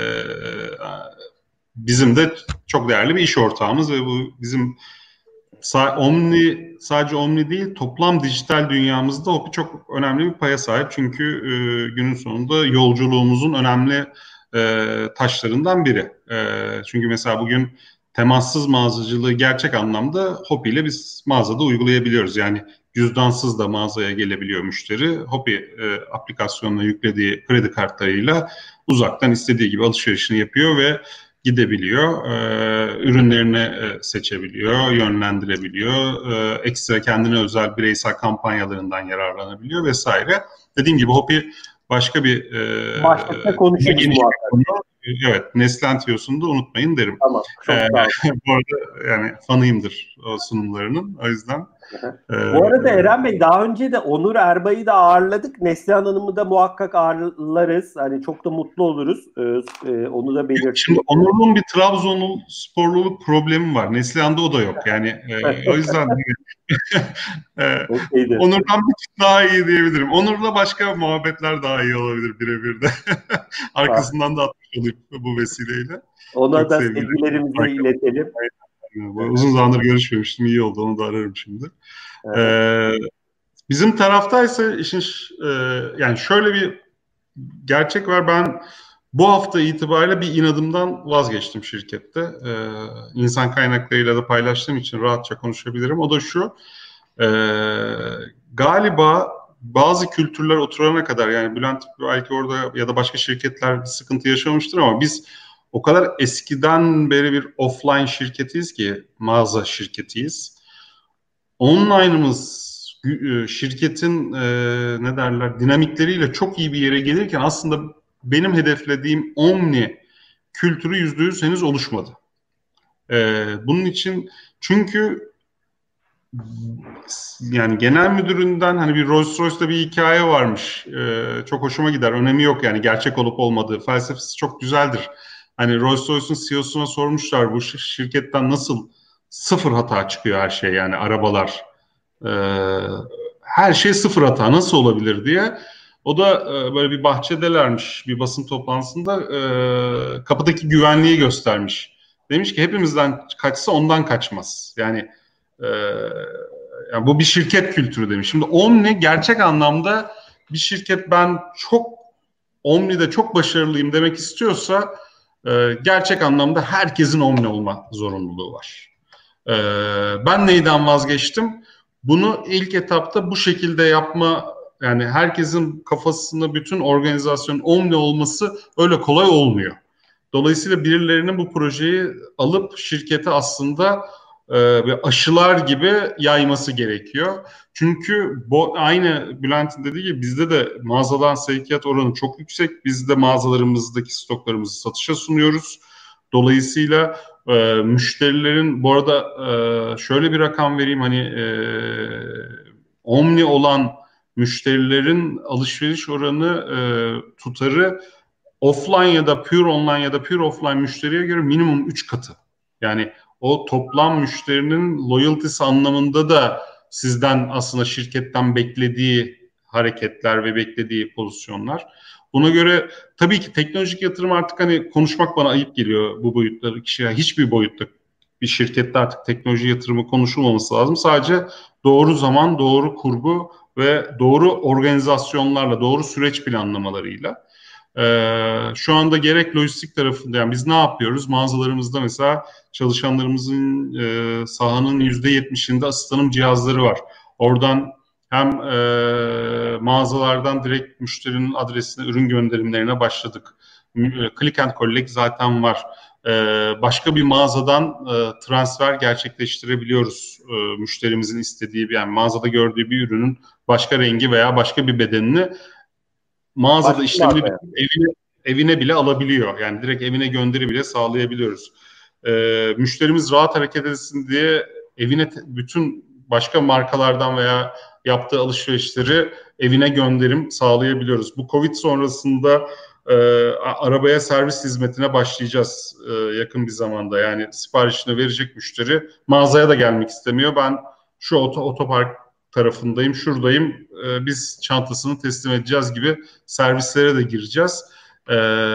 bizim de çok değerli bir iş ortağımız ve bu bizim sa- Omni, sadece Omni değil, toplam dijital dünyamızda Hopi çok önemli bir paya sahip. Çünkü e, günün sonunda yolculuğumuzun önemli e, taşlarından biri. E, çünkü mesela bugün temassız mağazacılığı gerçek anlamda Hopi ile biz mağazada uygulayabiliyoruz. Yani cüzdansız da mağazaya gelebiliyor müşteri. Hopi e, aplikasyonuna yüklediği kredi kartlarıyla uzaktan istediği gibi alışverişini yapıyor ve gidebiliyor. E, ürünlerini e, seçebiliyor, yönlendirebiliyor. E, ekstra kendine özel bireysel kampanyalarından yararlanabiliyor vesaire. Dediğim gibi Hopi başka bir e, başlıkta konuşuruz muhakkak. Evet, Neslihan tiyosunu da unutmayın derim. Tamam, çok sağ olun. Bu arada yani fanıyımdır o sunumlarının. O yüzden. e, Bu arada Eren Bey, daha önce de Onur Erbay'ı da ağırladık. Neslihan Hanım'ı da muhakkak ağırlarız. Hani çok da mutlu oluruz. Ee, onu da belirteyim. Şimdi Onur'un bir Trabzonlu sporluluk problemi var. Neslihan'da o da yok. Yani e, o yüzden e, Onur'dan bir tık daha iyi diyebilirim. Onur'la başka muhabbetler daha iyi olabilir birebir de. Arkasından da atmış olayım bu vesileyle. Ona çok da sevgilerimizi iletelim. Evet. Uzun zamandır görüşmemiştim. İyi oldu. Onu da ararım şimdi. Evet. Ee, bizim taraftaysa işin e, yani şöyle bir gerçek var. Ben bu hafta itibariyle bir inadımdan vazgeçtim şirkette. Ee, insan kaynaklarıyla da paylaştığım için rahatça konuşabilirim. O da şu. E, galiba bazı kültürler oturana kadar, yani Bülent belki orada ya da başka şirketler bir sıkıntı yaşamıştır ama biz o kadar eskiden beri bir offline şirketiyiz ki, mağaza şirketiyiz. Online'ımız şirketin e, ne derler dinamikleriyle çok iyi bir yere gelirken aslında benim hedeflediğim omni kültürü yüzde yüz henüz oluşmadı. Ee, bunun için çünkü yani genel müdüründen hani bir Rolls Royce'da bir hikaye varmış. Ee, çok hoşuma gider. Önemi yok yani gerçek olup olmadığı. Felsefesi çok güzeldir. Hani Rolls Royce'un C E O'suna sormuşlar bu şirketten nasıl sıfır hata çıkıyor her şey yani arabalar. Ee, her şey sıfır hata nasıl olabilir diye. O da e, böyle bir bahçedelermiş bir basın toplantısında e, kapıdaki güvenliği göstermiş. Demiş ki hepimizden kaçsa ondan kaçmaz. Yani, e, yani bu bir şirket kültürü demiş. Şimdi Omni gerçek anlamda bir şirket ben çok Omni'de çok başarılıyım demek istiyorsa e, gerçek anlamda herkesin Omni olma zorunluluğu var. E, ben neyden vazgeçtim? Bunu ilk etapta bu şekilde yapma yani herkesin kafasında bütün organizasyonun Omni olması öyle kolay olmuyor. Dolayısıyla birilerinin bu projeyi alıp şirkete aslında e, bir aşılar gibi yayması gerekiyor. Çünkü bu, aynı Bülent'in dediği gibi bizde de mağazadan sevkiyat oranı çok yüksek. Biz de mağazalarımızdaki stoklarımızı satışa sunuyoruz. Dolayısıyla e, müşterilerin bu arada e, şöyle bir rakam vereyim hani e, Omni olan müşterilerin alışveriş oranı e, tutarı offline ya da pure online ya da pure offline müşteriye göre minimum üç katı. Yani o toplam müşterinin loyalty'si anlamında da sizden aslında şirketten beklediği hareketler ve beklediği pozisyonlar. Buna göre tabii ki teknolojik yatırım artık hani konuşmak bana ayıp geliyor bu boyutları kişiye. Hiçbir boyutta bir şirkette artık teknoloji yatırımı konuşulmaması lazım. Sadece doğru zaman, doğru kurgu ve doğru organizasyonlarla, doğru süreç planlamalarıyla. Ee, şu anda gerek lojistik tarafında yani biz ne yapıyoruz? Mağazalarımızda mesela çalışanlarımızın e, sahanın yüzde yetmişinde asistanım cihazları var. Oradan hem e, mağazalardan direkt müşterinin adresine ürün gönderimlerine başladık. Click and Collect zaten var. E, başka bir mağazadan e, transfer gerçekleştirebiliyoruz. E, müşterimizin istediği bir yani mağazada gördüğü bir ürünün başka rengi veya başka bir bedenini mağazada başka işlemini evine, evine bile alabiliyor. Yani direkt evine gönderi bile sağlayabiliyoruz. Ee, müşterimiz rahat hareket etsin diye evine te- bütün başka markalardan veya yaptığı alışverişleri evine gönderim sağlayabiliyoruz. Bu Covid sonrasında e, arabaya servis hizmetine başlayacağız e, yakın bir zamanda. Yani siparişini verecek müşteri mağazaya da gelmek istemiyor. Ben şu oto, otopark tarafındayım, şuradayım, e, biz çantasını teslim edeceğiz gibi servislere de gireceğiz. E,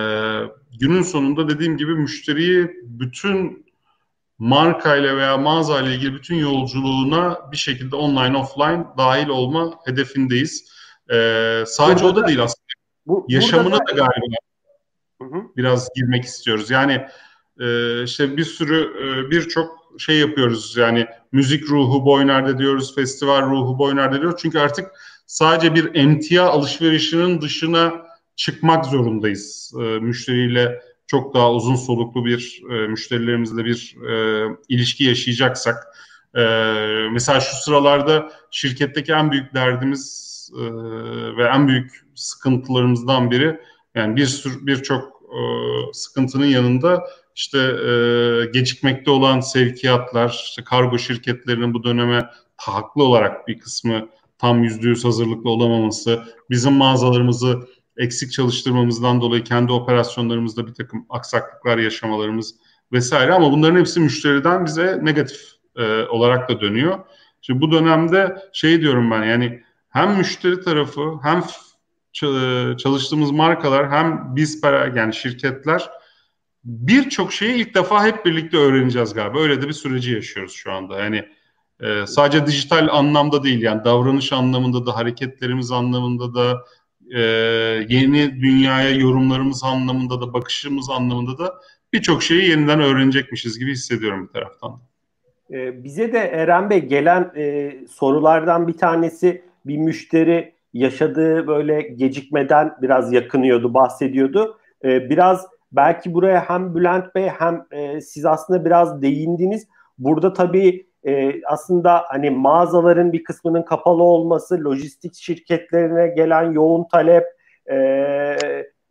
günün sonunda dediğim gibi müşteriyi bütün markayla veya mağazayla ilgili bütün yolculuğuna bir şekilde online, offline dahil olma hedefindeyiz. E, sadece burada o da değil aslında. Bu, yaşamına da, da galiba hı hı. biraz girmek istiyoruz. Yani e, işte bir sürü e, birçok şey yapıyoruz yani müzik ruhu Boyner'de diyoruz, festival ruhu Boyner'de diyoruz. Çünkü artık sadece bir emtia alışverişinin dışına çıkmak zorundayız. E, müşteriyle çok daha uzun soluklu bir e, müşterilerimizle bir e, ilişki yaşayacaksak. E, mesela şu sıralarda şirketteki en büyük derdimiz e, ve en büyük sıkıntılarımızdan biri yani bir sürü birçok e, sıkıntının yanında İşte e, gecikmekte olan sevkiyatlar, işte kargo şirketlerinin bu döneme haklı olarak bir kısmı tam yüzde yüz hazırlıklı olamaması, bizim mağazalarımızı eksik çalıştırmamızdan dolayı kendi operasyonlarımızda bir takım aksaklıklar yaşamalarımız vesaire ama bunların hepsi müşteriden bize negatif e, olarak da dönüyor. Şimdi bu dönemde şey diyorum ben yani hem müşteri tarafı hem çalıştığımız markalar hem biz yani şirketler birçok şeyi ilk defa hep birlikte öğreneceğiz galiba. Öyle de bir süreci yaşıyoruz şu anda. Yani e, sadece dijital anlamda değil yani davranış anlamında da hareketlerimiz anlamında da e, yeni dünyaya yorumlarımız anlamında da bakışımız anlamında da birçok şeyi yeniden öğrenecekmişiz gibi hissediyorum bir taraftan. E, bize de Eren Bey gelen e, sorulardan bir tanesi bir müşteri yaşadığı böyle gecikmeden biraz yakınıyordu, bahsediyordu. E, biraz belki buraya hem Bülent Bey hem e, siz aslında biraz değindiniz. Burada tabii e, aslında hani mağazaların bir kısmının kapalı olması, lojistik şirketlerine gelen yoğun talep, e,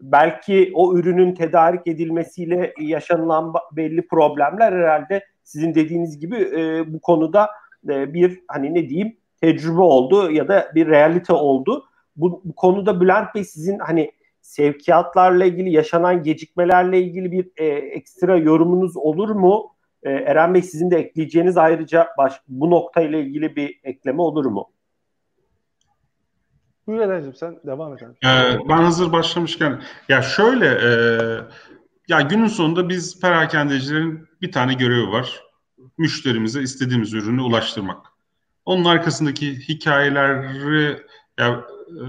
belki o ürünün tedarik edilmesiyle yaşanılan belli problemler herhalde sizin dediğiniz gibi e, bu konuda e, bir hani ne diyeyim tecrübe oldu ya da bir realite oldu. Bu, bu konuda Bülent Bey sizin hani sevkiyatlarla ilgili yaşanan gecikmelerle ilgili bir e, ekstra yorumunuz olur mu? E, Eren Bey sizin de ekleyeceğiniz ayrıca baş, bu noktayla ilgili bir ekleme olur mu? Buyur Eren'cim sen devam et. Ee, ben hazır başlamışken ya şöyle e, ya günün sonunda biz perakendecilerin bir tane görevi var. Müşterimize istediğimiz ürünü ulaştırmak. Onun arkasındaki hikayeleri ya e,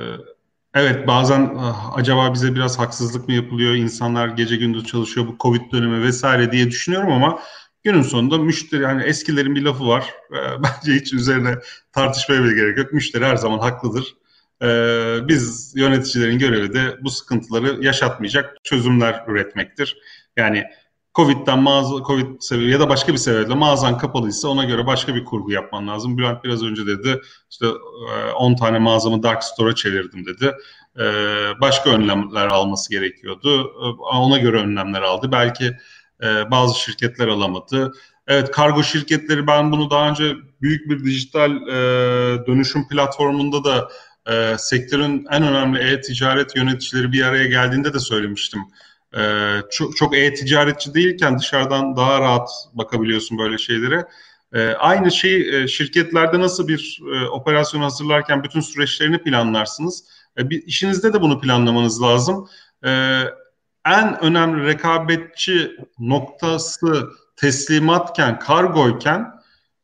evet bazen ah, acaba bize biraz haksızlık mı yapılıyor? İnsanlar gece gündüz çalışıyor bu Covid dönemi vesaire diye düşünüyorum ama günün sonunda müşteri yani eskilerin bir lafı var. E, bence hiç üzerine tartışmaya bile gerek yok. Müşteri her zaman haklıdır. Ee, biz yöneticilerin görevi de bu sıkıntıları yaşatmayacak çözümler üretmektir. Yani Covid'den mağaza, Covid sebebi ya da başka bir sebeple mağazan kapalıysa ona göre başka bir kurgu yapman lazım. Bülent biraz önce dedi işte on tane mağazamı dark store'a çevirdim dedi. Ee, başka önlemler alması gerekiyordu. Ona göre önlemler aldı. Belki e, bazı şirketler alamadı. Evet kargo şirketleri ben bunu daha önce büyük bir dijital e, dönüşüm platformunda da E, sektörün en önemli e-ticaret yöneticileri bir araya geldiğinde de söylemiştim. E, çok, çok e-ticaretçi değilken dışarıdan daha rahat bakabiliyorsun böyle şeylere. E, aynı şey e, şirketlerde nasıl bir e, operasyon hazırlarken bütün süreçlerini planlarsınız. E, bir, işinizde de bunu planlamanız lazım. E, en önemli rekabetçi noktası teslimatken, kargoyken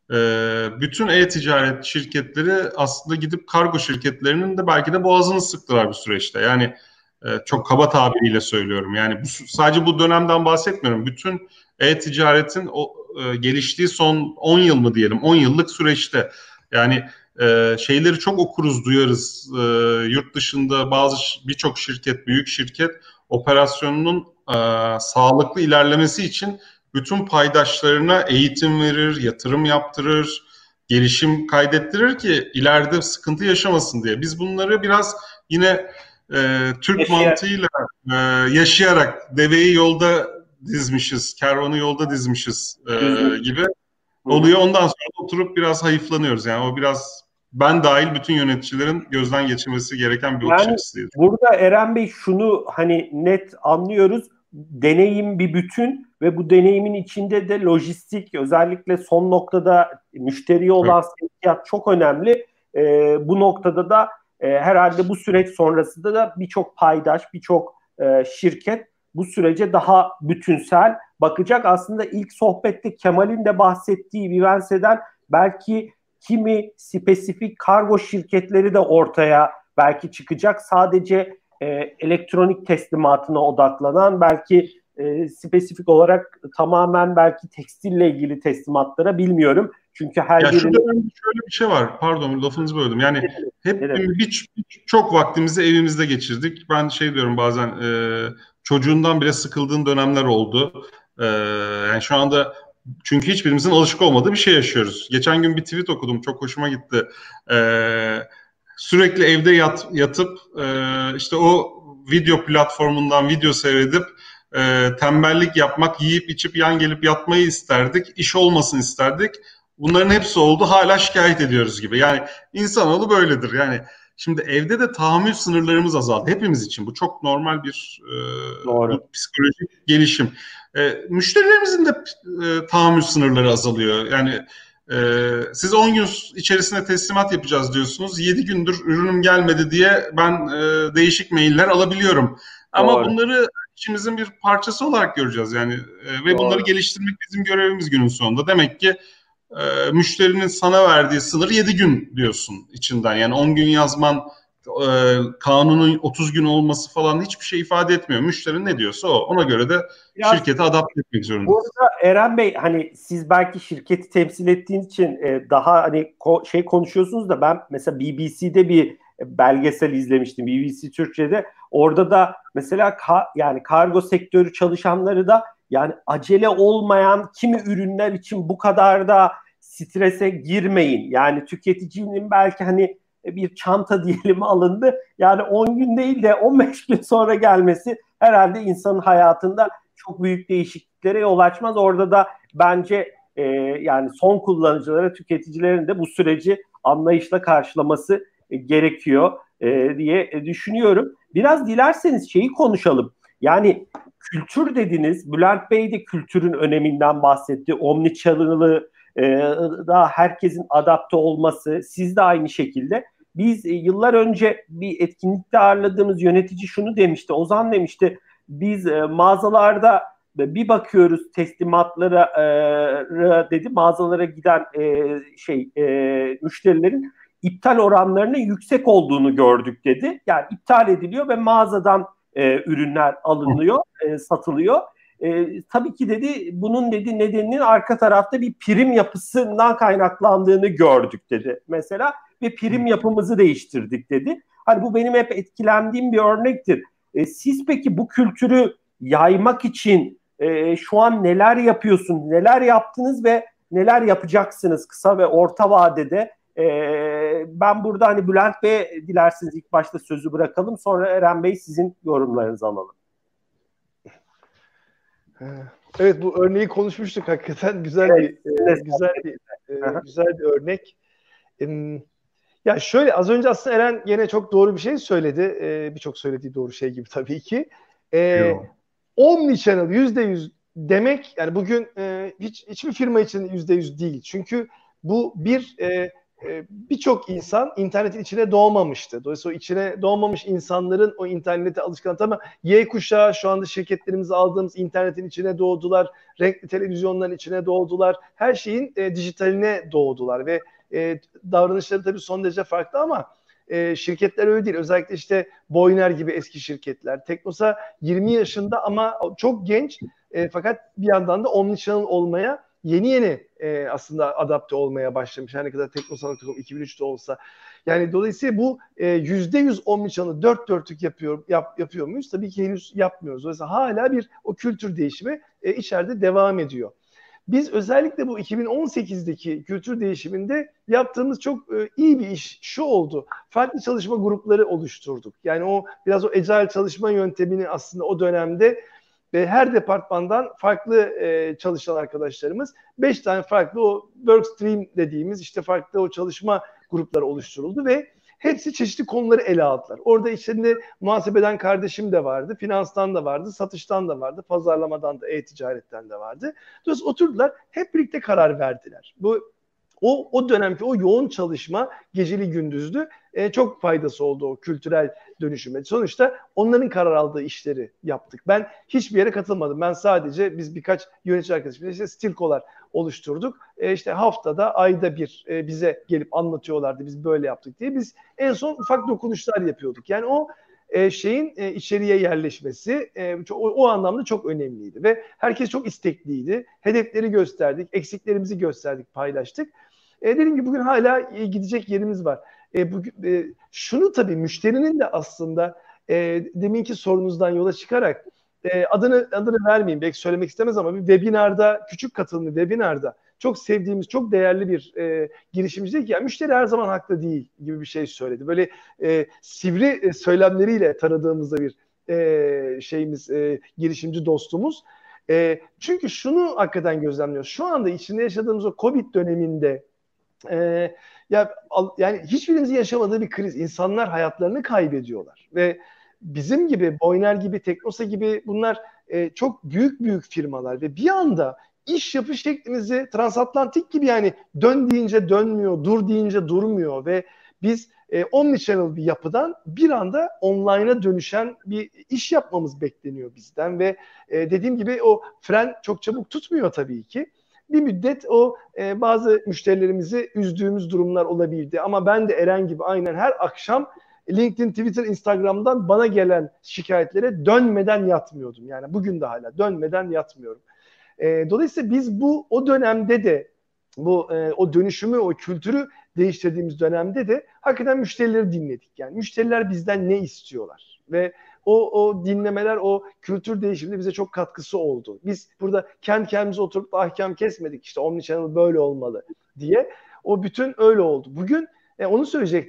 bütün e-ticaret şirketleri aslında gidip kargo şirketlerinin de belki de boğazını sıktılar bir süreçte. Yani çok kaba tabiriyle söylüyorum. Yani bu, sadece bu dönemden bahsetmiyorum. Bütün e-ticaretin o, e, geliştiği son on yıl mı diyelim, on yıllık süreçte. Yani e, şeyleri çok okuruz, duyarız. E, yurt dışında bazı birçok şirket, büyük şirket operasyonunun e, sağlıklı ilerlemesi için bütün paydaşlarına eğitim verir, yatırım yaptırır, gelişim kaydettirir ki ileride sıkıntı yaşamasın diye. Biz bunları biraz yine e, Türk Yaşayarak. mantığıyla e, yaşayarak deveyi yolda dizmişiz, kervanı yolda dizmişiz e, gibi oluyor. Ondan sonra oturup biraz hayıflanıyoruz. Yani o biraz ben dahil bütün yöneticilerin gözden geçirmesi gereken bir bakış yani açısıydı. Burada Eren Bey şunu hani net anlıyoruz. Deneyim bir bütün ve bu deneyimin içinde de lojistik özellikle son noktada müşteriye olan evet. sevkiyat çok önemli. E, bu noktada da e, herhalde bu süreç sonrasında da birçok paydaş, birçok e, şirket bu sürece daha bütünsel bakacak. Aslında ilk sohbette Kemal'in de bahsettiği Vivense'den belki kimi spesifik kargo şirketleri de ortaya belki çıkacak. Sadece e, elektronik teslimatına odaklanan belki e, spesifik olarak tamamen belki tekstille ilgili teslimatlara bilmiyorum. Çünkü her ya birinin... şöyle bir şey var. Pardon lafınızı böldüm. Yani evet, hep evet. bir, bir, çok vaktimizi evimizde geçirdik. Ben şey diyorum bazen e, çocuğundan bile sıkıldığın dönemler oldu. E, yani şu anda çünkü hiçbirimizin alışık olmadığı bir şey yaşıyoruz. Geçen gün bir tweet okudum. Çok hoşuma gitti. Eee Sürekli evde yat, yatıp e, işte o video platformundan video seyredip e, tembellik yapmak, yiyip içip yan gelip yatmayı isterdik. İş olmasın isterdik. Bunların hepsi oldu. Hala şikayet ediyoruz gibi. Yani insanoğlu böyledir. Yani şimdi evde de tahammül sınırlarımız azaldı. Hepimiz için bu çok normal bir e, psikolojik gelişim. E, müşterilerimizin de e, tahammül sınırları azalıyor. Yani Ee, siz on gün içerisinde teslimat yapacağız diyorsunuz. yedi gündür ürünüm gelmedi diye ben e, değişik mailler alabiliyorum. Ama Doğru. bunları işimizin bir parçası olarak göreceğiz yani e, ve Doğru. bunları geliştirmek bizim görevimiz günün sonunda. Demek ki e, müşterinin sana verdiği sınır yedi gün diyorsun içinden. Yani on gün yazman e, kanunun otuz gün olması falan hiçbir şey ifade etmiyor. Müşteri ne diyorsa o. Ona göre de Biraz, şirketi adapte etmek zorundayız. Burada Eren Bey hani siz belki şirketi temsil ettiğiniz için e, daha hani ko- şey konuşuyorsunuz da ben mesela B B C'de bir belgesel izlemiştim. B B C Türkçe'de. Orada da mesela ka- yani kargo sektörü çalışanları da yani acele olmayan kimi ürünler için bu kadar da strese girmeyin. Yani tüketicinin belki hani bir çanta diyelim alındı. Yani on gün değil de on beş gün sonra gelmesi herhalde insanın hayatında çok büyük değişikliklere yol açmaz. Orada da bence e, yani son kullanıcılara, tüketicilerin de bu süreci anlayışla karşılaması e, gerekiyor e, diye e, düşünüyorum. Biraz dilerseniz şeyi konuşalım. Yani kültür dediniz. Bülent Bey de kültürün öneminden bahsetti. Omnichannel'ı e, da herkesin adapte olması. Siz de aynı şekilde. Biz e, yıllar önce bir etkinlikte ağırladığımız yönetici şunu demişti. Ozan demişti. Biz e, mağazalarda bir bakıyoruz teslimatlara e, dedi. Mağazalara giden e, şey e, müşterilerin iptal oranlarının yüksek olduğunu gördük dedi. Yani iptal ediliyor ve mağazadan e, ürünler alınıyor, e, satılıyor. E, tabii ki dedi bunun dedi nedeninin arka tarafta bir prim yapısından kaynaklandığını gördük dedi mesela ve prim yapımızı değiştirdik dedi. Hani bu benim hep etkilendiğim bir örnektir. E, siz peki bu kültürü yaymak için e, şu an neler yapıyorsun, neler yaptınız ve neler yapacaksınız kısa ve orta vadede? Ee, ben burada hani Bülent Bey'e dilerseniz ilk başta sözü bırakalım. Sonra Eren Bey sizin yorumlarınızı alalım. Evet, bu örneği konuşmuştuk hakikaten güzel evet, bir e, güzel bir e, güzel bir örnek. E, ya şöyle az önce aslında Eren yine çok doğru bir şey söyledi. E, Birçok söylediği doğru şey gibi tabii ki. E, Omnichannel yüzde yüz demek yani bugün e, hiç hiçbir firma için yüzde yüz değil. Çünkü bu bir e, birçok insan internetin içine doğmamıştı. Dolayısıyla o içine doğmamış insanların o internete alışkanlığı ama Y kuşağı şu anda şirketlerimizi aldığımız internetin içine doğdular. Renkli televizyonların içine doğdular. Her şeyin e, dijitaline doğdular ve e, davranışları tabii son derece farklı ama e, şirketler öyle değil. Özellikle işte Boyner gibi eski şirketler. Teknosa yirmi yaşında ama çok genç e, fakat bir yandan da omnichannel olmaya yeni yeni e, aslında adapte olmaya başlamış. Her ne kadar Teknosa nokta com iki bin üçte olsa. Yani dolayısıyla bu e, yüzde yüz omnichannel'ı dört dörtlük yapıyor, yap, yapıyor muyuz? Tabii ki henüz yapmıyoruz. Dolayısıyla hala bir o kültür değişimi e, içeride devam ediyor. Biz özellikle bu iki bin on sekizdeki kültür değişiminde yaptığımız çok e, iyi bir iş şu oldu. Farklı çalışma grupları oluşturduk. Yani o biraz o agile çalışma yöntemini aslında o dönemde ve her departmandan farklı e, çalışan arkadaşlarımız beş tane farklı o work stream dediğimiz işte farklı o çalışma grupları oluşturuldu ve hepsi çeşitli konuları ele aldılar. Orada içinde muhasebeden kardeşim de vardı, finanstan da vardı, satıştan da vardı, pazarlamadan da, e-ticaretten de vardı. Dolayısıyla oturdular, hep birlikte karar verdiler. Bu O, o dönemki o yoğun çalışma geceli gündüzlü e, çok faydası oldu o kültürel dönüşüme. Sonuçta onların karar aldığı işleri yaptık. Ben hiçbir yere katılmadım. Ben sadece biz birkaç yönetici arkadaşımla işte stilkolar oluşturduk. E, işte haftada, ayda bir e, bize gelip anlatıyorlardı. Biz böyle yaptık diye. Biz en son ufak dokunuşlar yapıyorduk. Yani o e, şeyin e, içeriye yerleşmesi e, o, o anlamda çok önemliydi. Ve herkes çok istekliydi. Hedefleri gösterdik, eksiklerimizi gösterdik, paylaştık. E, dediğim gibi bugün hala e, gidecek yerimiz var. E, bugün, e, şunu tabii müşterinin de aslında e, deminki sorunuzdan yola çıkarak e, adını adını vermeyeyim belki söylemek istemez ama bir webinarda küçük katılımlı webinarda çok sevdiğimiz çok değerli bir e, girişimci dedi ki ya müşteri her zaman haklı değil gibi bir şey söyledi. Böyle e, sivri e, söylemleriyle tanıdığımızda bir e, şeyimiz e, girişimci dostumuz. E, çünkü şunu hakikaten gözlemliyoruz. Şu anda içinde yaşadığımız o Covid döneminde Ee, ya yani hiçbirimizin yaşamadığı bir kriz. İnsanlar hayatlarını kaybediyorlar ve bizim gibi Boyner gibi Teknosa gibi bunlar e, çok büyük büyük firmalar ve bir anda iş yapış şeklimizi transatlantik gibi yani dön deyince dönmüyor, dur deyince durmuyor ve biz e, omnichannel bir yapıdan bir anda online'a dönüşen bir iş yapmamız bekleniyor bizden ve e, dediğim gibi o fren çok çabuk tutmuyor tabii ki. Bir müddet o e, bazı müşterilerimizi üzdüğümüz durumlar olabildi. Ama ben de Eren gibi aynen her akşam LinkedIn, Twitter, Instagram'dan bana gelen şikayetlere dönmeden yatmıyordum. Yani bugün de hala dönmeden yatmıyorum. E, dolayısıyla biz bu o dönemde de bu e, o dönüşümü, o kültürü değiştirdiğimiz dönemde de hakikaten müşterileri dinledik. Yani müşteriler bizden ne istiyorlar ve O, o dinlemeler, o kültür değişiminde bize çok katkısı oldu. Biz burada kendi kendimize oturup ahkam kesmedik. İşte omnichannel böyle olmalı diye. O bütün öyle oldu. Bugün e, onu söyleyecektim.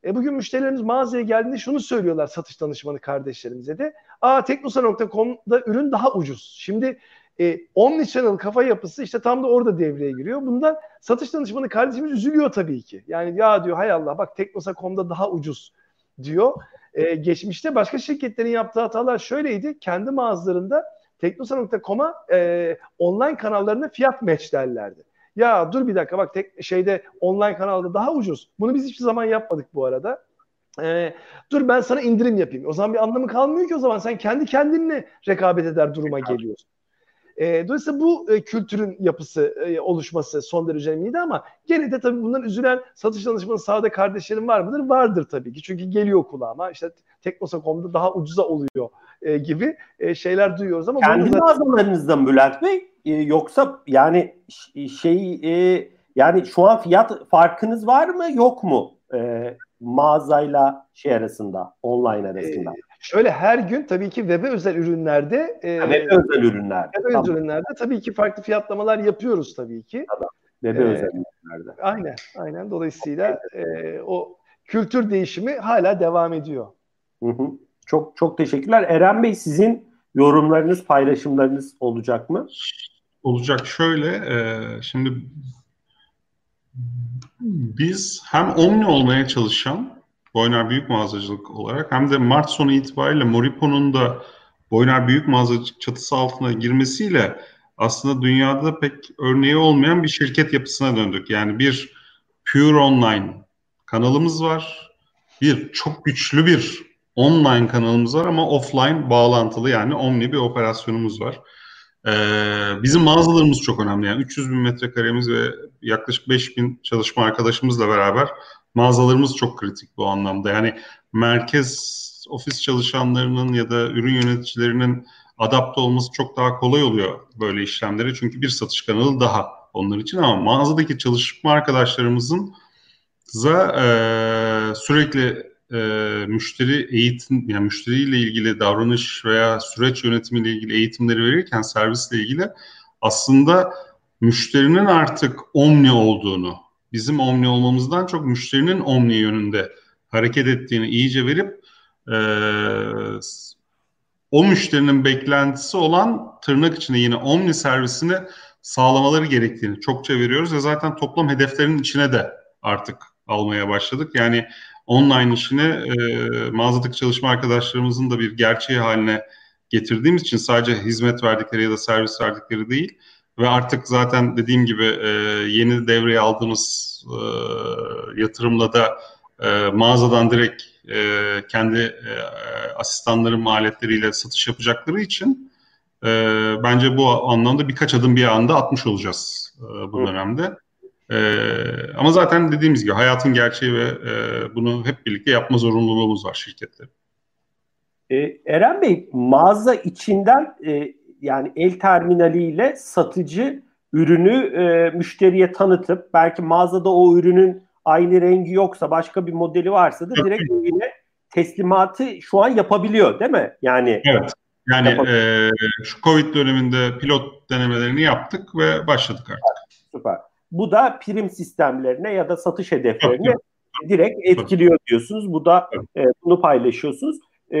E, bugün müşterilerimiz mağazaya geldiğinde şunu söylüyorlar satış danışmanı kardeşlerimize de. Aa teknosa nokta com'da ürün daha ucuz. Şimdi e, omnichannel kafa yapısı işte tam da orada devreye giriyor. Bundan satış danışmanı kardeşimiz üzülüyor tabii ki. Yani ya diyor hay Allah bak teknosa nokta com'da daha ucuz diyor. E, geçmişte başka şirketlerin yaptığı hatalar şöyleydi. Kendi mağazalarında teknosa nokta com'a e, online kanallarına fiyat match derlerdi. Ya dur bir dakika bak tek şeyde online kanalda daha ucuz. Bunu biz hiçbir zaman yapmadık bu arada. Ee, dur ben sana indirim yapayım. O zaman bir anlamı kalmıyor ki o zaman. Sen kendi kendinle rekabet eder duruma geliyorsun. E, dolayısıyla bu e, kültürün yapısı e, oluşması son derece önemliydi ama gene de tabii bundan üzülen satış danışmanı sahada kardeşlerim var mıdır? Vardır tabii ki. Çünkü geliyor kulağıma. İşte teknosa nokta com'da daha ucuza oluyor e, gibi e, şeyler duyuyoruz ama kendi zaten... mağazalarınızda mı Bülent Bey? E, yoksa yani şey e, yani şu an fiyat farkınız var mı yok mu? E, mağazayla şey arasında, online arasında. E, şöyle her gün tabii ki web'e özel ürünlerde e, web'e özel ürünler. Web'e tamam. özel ürünlerde tabii ki farklı fiyatlamalar yapıyoruz tabii ki. Tamam. Web'e ee, özel ürünlerde. Aynen, aynen. Dolayısıyla e, o kültür değişimi hala devam ediyor. Hı hı. Çok çok teşekkürler. Eren Bey sizin yorumlarınız, paylaşımlarınız olacak mı? Olacak. Şöyle, e, şimdi biz hem omni olmaya çalışan Boyner Büyük Mağazacılık olarak hem de Mart sonu itibariyle Moripo'nun da Boyner Büyük Mağazacılık çatısı altına girmesiyle aslında dünyada pek örneği olmayan bir şirket yapısına döndük. Yani bir pure online kanalımız var. Bir çok güçlü bir online kanalımız var ama offline bağlantılı yani omni bir operasyonumuz var. Ee, bizim mağazalarımız çok önemli. Yani üç yüz bin metrekaremiz ve yaklaşık beş bin çalışma arkadaşımızla beraber mağazalarımız çok kritik bu anlamda. Yani merkez ofis çalışanlarının ya da ürün yöneticilerinin adapte olması çok daha kolay oluyor böyle işlemlere. Çünkü bir satış kanalı daha onlar için ama mağazadaki çalışma arkadaşlarımızın e, sürekli e, müşteri eğitim, yani müşteriyle ilgili davranış veya süreç yönetimiyle ilgili eğitimleri verirken servisle ilgili aslında müşterinin artık omni olduğunu, bizim omni olmamızdan çok müşterinin omni yönünde hareket ettiğini iyice verip e, o müşterinin beklentisi olan tırnak içinde yine omni servisini sağlamaları gerektiğini çokça veriyoruz ve zaten toplam hedeflerin içine de artık almaya başladık. Yani online işini e, mağazadaki çalışma arkadaşlarımızın da bir gerçeği haline getirdiğimiz için sadece hizmet verdikleri ya da servis verdikleri değil ve artık zaten dediğim gibi e, yeni devreye aldığımız e, yatırımla da e, mağazadan direkt e, kendi e, asistanların maliyetleriyle satış yapacakları için e, bence bu anlamda birkaç adım bir anda atmış olacağız e, bu dönemde. Ee, ama zaten dediğimiz gibi hayatın gerçeği ve e, bunu hep birlikte yapma zorunluluğumuz var şirkette. Ee, Eren Bey, mağaza içinden e, yani el terminaliyle satıcı ürünü e, müşteriye tanıtıp belki mağazada o ürünün aynı rengi yoksa başka bir modeli varsa da direkt yine teslimatı şu an yapabiliyor değil mi? Yani evet. Yani e, şu Covid döneminde pilot denemelerini yaptık ve başladık artık. Süper. Bu da prim sistemlerine ya da satış hedeflerine evet, evet. direkt etkiliyor diyorsunuz. Bu da evet. e, bunu paylaşıyorsunuz. E,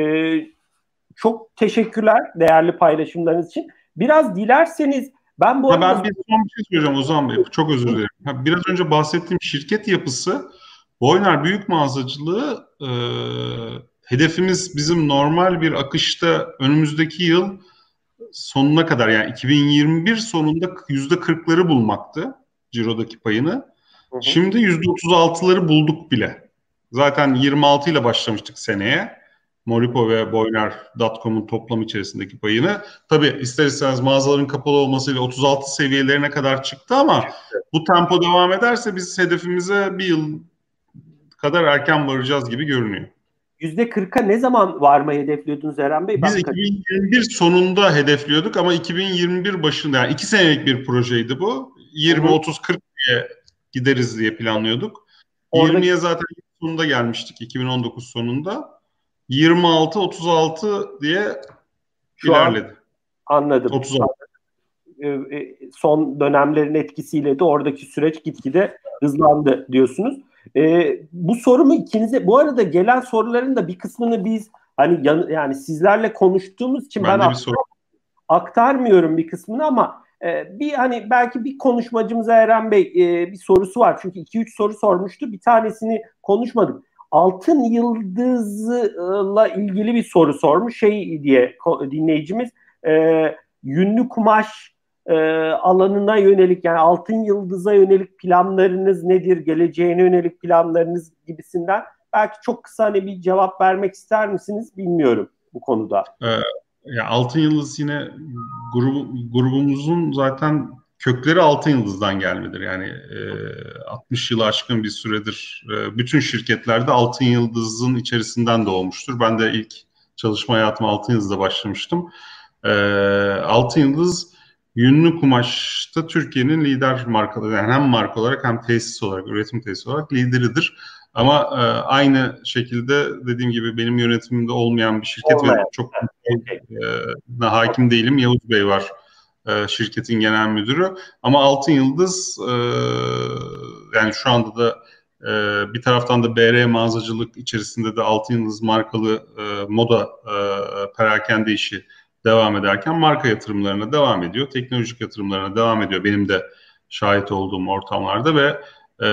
çok teşekkürler değerli paylaşımlarınız için. Biraz dilerseniz ben bu ha, arada... Ben bir son bir şey söyleyeceğim Ozan Bey. Çok özür dilerim. Ha, biraz önce bahsettiğim şirket yapısı Boyner Büyük Mağazacılığı e, hedefimiz bizim normal bir akışta önümüzdeki yıl sonuna kadar yani iki bin yirmi bir sonunda yüzde kırkları bulmaktı. Ciro'daki payını. Hı hı. Şimdi yüzde otuz altıları bulduk bile. Zaten yirmi altı ile başlamıştık seneye. Moripo ve Boyner nokta com'un toplam içerisindeki payını. Tabii ister istemez mağazaların kapalı olmasıyla otuz altı seviyelerine kadar çıktı ama bu tempo devam ederse biz hedefimize bir yıl kadar erken varacağız gibi görünüyor. yüzde kırka ne zaman varmayı hedefliyordunuz Eren Bey? Biz iki bin yirmi bir sonunda hedefliyorduk ama iki bin yirmi bir başında yani iki senelik bir projeydi bu. yirmi otuz kırk diye gideriz diye planlıyorduk. Orada... yirmiye zaten sonunda gelmiştik iki bin on dokuz sonunda. yirmi altı otuz altı diye Şu ilerledi. Anladım. otuz altı Son dönemlerin etkisiyle de oradaki süreç gitgide hızlandı diyorsunuz. E, bu sorumu ikinize, bu arada gelen soruların da bir kısmını biz hani yan, yani sizlerle konuştuğumuz için ben, ben aktar, aktarmıyorum bir kısmını ama e, bir hani belki bir konuşmacımıza Eren Bey e, bir sorusu var. Çünkü iki üç soru sormuştu. Bir tanesini konuşmadık. Altın Yıldız'la ilgili bir soru sormuş şey diye dinleyicimiz. E, yünlü kumaş e, alanına yönelik, yani Altın Yıldız'a yönelik planlarınız nedir? Geleceğine yönelik planlarınız gibisinden. Belki çok kısa hani bir cevap vermek ister misiniz? Bilmiyorum bu konuda. Evet. Ya Altın Yıldız yine grubu, grubumuzun zaten kökleri Altın Yıldız'dan gelmedir. Yani e, altmış yılı aşkın bir süredir e, bütün şirketlerde Altın Yıldız'ın içerisinden doğmuştur. Ben de ilk çalışma hayatıma Altın Yıldız'da başlamıştım. E, Altın Yıldız yünlü kumaşta Türkiye'nin lider markaları, yani hem marka olarak hem tesis olarak, üretim tesisi olarak lideridir. Ama e, aynı şekilde dediğim gibi benim yönetimimde olmayan bir şirket Olmayan. ve çok e, hakim değilim. Yavuz Bey var e, şirketin genel müdürü. Ama Altın Yıldız e, yani şu anda da e, bir taraftan da B R mağazacılık içerisinde de Altın Yıldız markalı e, moda e, perakende işi devam ederken marka yatırımlarına devam ediyor. Teknolojik yatırımlarına devam ediyor. Benim de şahit olduğum ortamlarda ve e,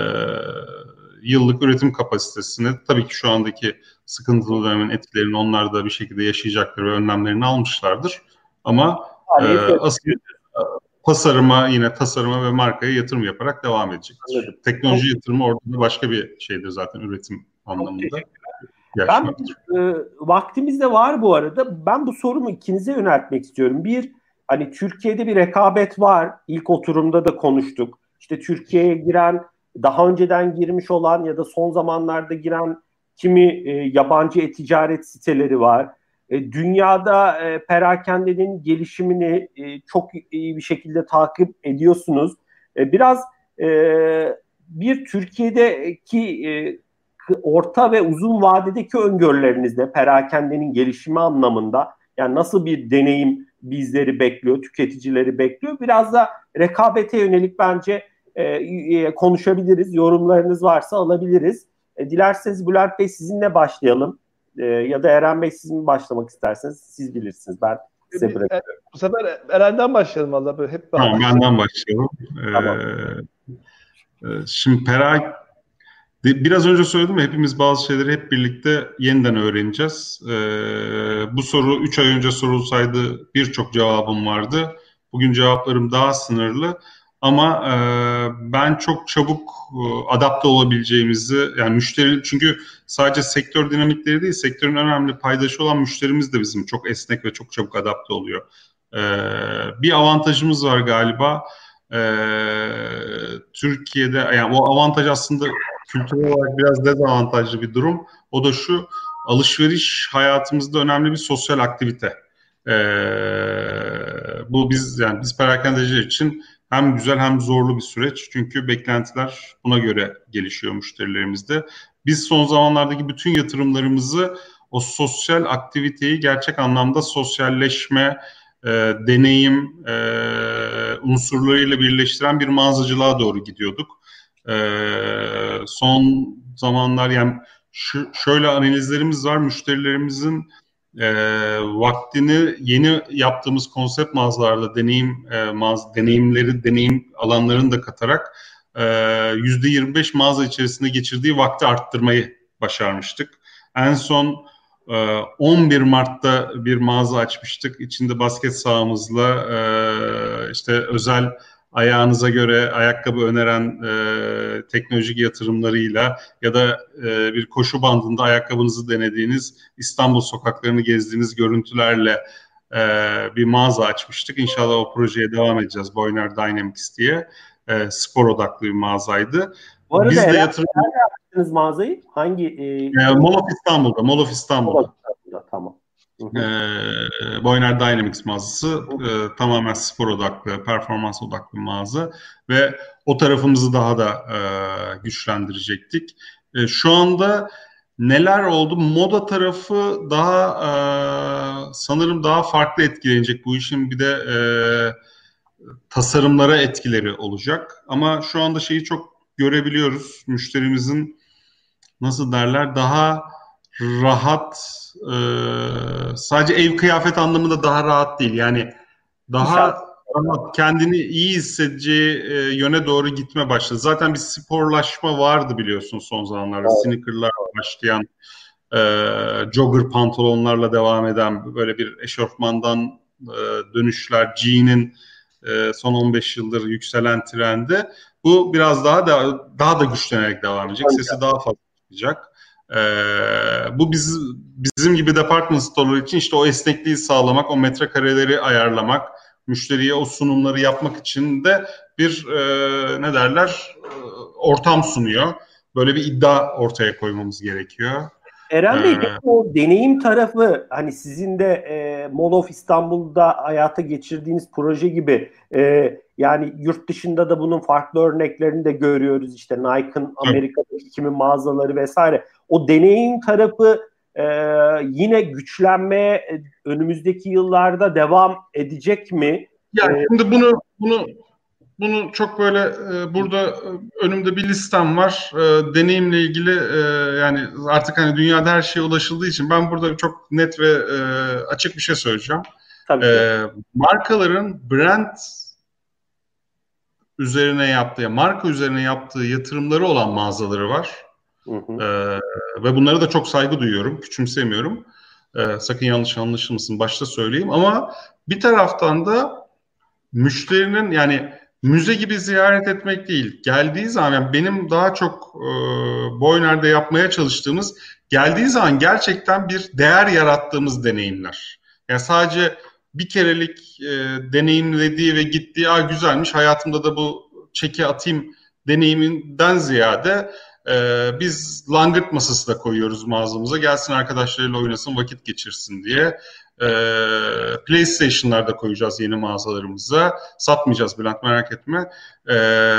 yıllık üretim kapasitesini tabii ki şu andaki sıkıntılı dönemin etkilerini onlar da bir şekilde yaşayacaktır ve önlemlerini almışlardır. Ama e, asıl tasarıma, yine tasarıma ve markaya yatırım yaparak devam edecektir. Anladım. Teknoloji yatırımı orada da başka bir şeydir zaten üretim anlamında. Ben e, vaktimiz de var bu arada. Ben bu sorumu ikinize yöneltmek istiyorum. Bir, hani Türkiye'de bir rekabet var. İlk oturumda da konuştuk. İşte Türkiye'ye giren, daha önceden girmiş olan ya da son zamanlarda giren kimi e, yabancı e-ticaret siteleri var. E, dünyada e, perakendenin gelişimini e, çok iyi bir şekilde takip ediyorsunuz. E, biraz e, bir Türkiye'deki e, orta ve uzun vadedeki öngörülerinizde perakendenin gelişimi anlamında, yani nasıl bir deneyim bizleri bekliyor, tüketicileri bekliyor? Biraz da rekabete yönelik bence e, konuşabiliriz. Yorumlarınız varsa alabiliriz. E, dilerseniz Bülent Bey sizinle başlayalım. E, ya da Eren Bey siz mi başlamak isterseniz siz bilirsiniz. Ben size bırakıyorum. E, bu sefer Eren'den başlayalım valla. Böyle hep tamam, benden başlayalım. Tamam. Ee, şimdi perak Biraz önce söyledim ya, hepimiz bazı şeyleri hep birlikte yeniden öğreneceğiz. Ee, bu soru üç ay önce sorulsaydı birçok cevabım vardı. Bugün cevaplarım daha sınırlı. Ama e, ben çok çabuk e, adapte olabileceğimizi, yani müşteri, çünkü sadece sektör dinamikleri değil, sektörün önemli paydaşı olan müşterimiz de bizim çok esnek ve çok çabuk adapte oluyor. E, bir avantajımız var galiba. E, Türkiye'de, yani o avantaj aslında kültürel olarak biraz dezavantajlı bir durum. O da şu: alışveriş hayatımızda önemli bir sosyal aktivite. Ee, bu biz yani biz perakendeciler için hem güzel hem zorlu bir süreç. Çünkü beklentiler buna göre gelişiyor müşterilerimizde. Biz son zamanlardaki bütün yatırımlarımızı o sosyal aktiviteyi gerçek anlamda sosyalleşme, e, deneyim e, unsurlarıyla birleştiren bir mağazacılığa doğru gidiyorduk. Ee, son zamanlar yani şu, şöyle analizlerimiz var: müşterilerimizin e, vaktini yeni yaptığımız konsept mağazalarda deneyim e, mağaza, deneyimleri deneyim alanlarını da katarak yüzde yirmi beş mağaza içerisinde geçirdiği vakti arttırmayı başarmıştık. En son e, on bir Mart'ta bir mağaza açmıştık. İçinde basket sahamızla e, işte özel ayağınıza göre ayakkabı öneren e, teknolojik yatırımlarıyla ya da e, bir koşu bandında ayakkabınızı denediğiniz, İstanbul sokaklarını gezdiğiniz görüntülerle e, bir mağaza açmıştık. İnşallah o projeye devam edeceğiz, Boyner Dynamics diye. E, spor odaklı bir mağazaydı. Bu arada Biz de yatırım... nerede yaptınız mağazayı? Hangi? E... E, Mall of İstanbul'da. Mall of İstanbul'da. Mall of İstanbul'da, tamam. E, Boyner Dynamics mağazası e, tamamen spor odaklı, performans odaklı mağaza ve o tarafımızı daha da e, güçlendirecektik. E, şu anda neler oldu? Moda tarafı daha e, sanırım daha farklı etkilenecek. Bu işin bir de e, tasarımlara etkileri olacak. Ama şu anda şeyi çok görebiliyoruz. Müşterimizin nasıl derler daha rahat, e, sadece ev kıyafet anlamında daha rahat değil. Yani daha rahat, kendini iyi hissedeceği e, yöne doğru gitme başladı. Zaten bir sporlaşma vardı biliyorsun son zamanlarda. Evet. Sneaker'lar başlayan, e, jogger pantolonlarla devam eden böyle bir eşofmandan e, dönüşler, jean'in e, son on beş yıldır yükselen trendi. Bu biraz daha da daha da güçlenerek devam edecek. Sesi daha fazla çıkacak. Ee, bu biz, bizim gibi department store'lar için işte o esnekliği sağlamak, o metrekareleri ayarlamak, müşteriye o sunumları yapmak için de bir e, ne derler e, ortam sunuyor. Böyle bir iddia ortaya koymamız gerekiyor. Eren Bey, ee, o deneyim tarafı hani sizin de e, Mall of İstanbul'da hayata geçirdiğiniz proje gibi e, yani yurt dışında da bunun farklı örneklerini de görüyoruz. İşte Nike'ın Amerika'daki kimi mağazaları vesaire. O deneyim tarafı e, yine güçlenmeye önümüzdeki yıllarda devam edecek mi? Yani ee, şimdi bunu bunu Bunu çok böyle e, burada önümde bir listem var. E, deneyimle ilgili e, yani artık hani dünyada her şeye ulaşıldığı için ben burada çok net ve e, açık bir şey söyleyeceğim. Tabii e, markaların brand üzerine yaptığı, marka üzerine yaptığı yatırımları olan mağazaları var. Hı hı. E, ve bunlara da çok saygı duyuyorum, küçümsemiyorum. E, sakın yanlış anlaşılmasın, başta söyleyeyim. Ama bir taraftan da müşterinin yani müze gibi ziyaret etmek değil. Geldiği zaman yani benim daha çok e, Boyner'de yapmaya çalıştığımız geldiği zaman gerçekten bir değer yarattığımız deneyimler. Yani sadece bir kerelik e, deneyimlediği ve gittiği "Aa, güzelmiş hayatımda da bu çeki atayım" deneyiminden ziyade e, biz langırt masası da koyuyoruz mağazamıza. Gelsin arkadaşlarıyla oynasın, vakit geçirsin diye. E, PlayStation'lar da koyacağız yeni mağazalarımıza. Satmayacağız Bülent, merak etme. E,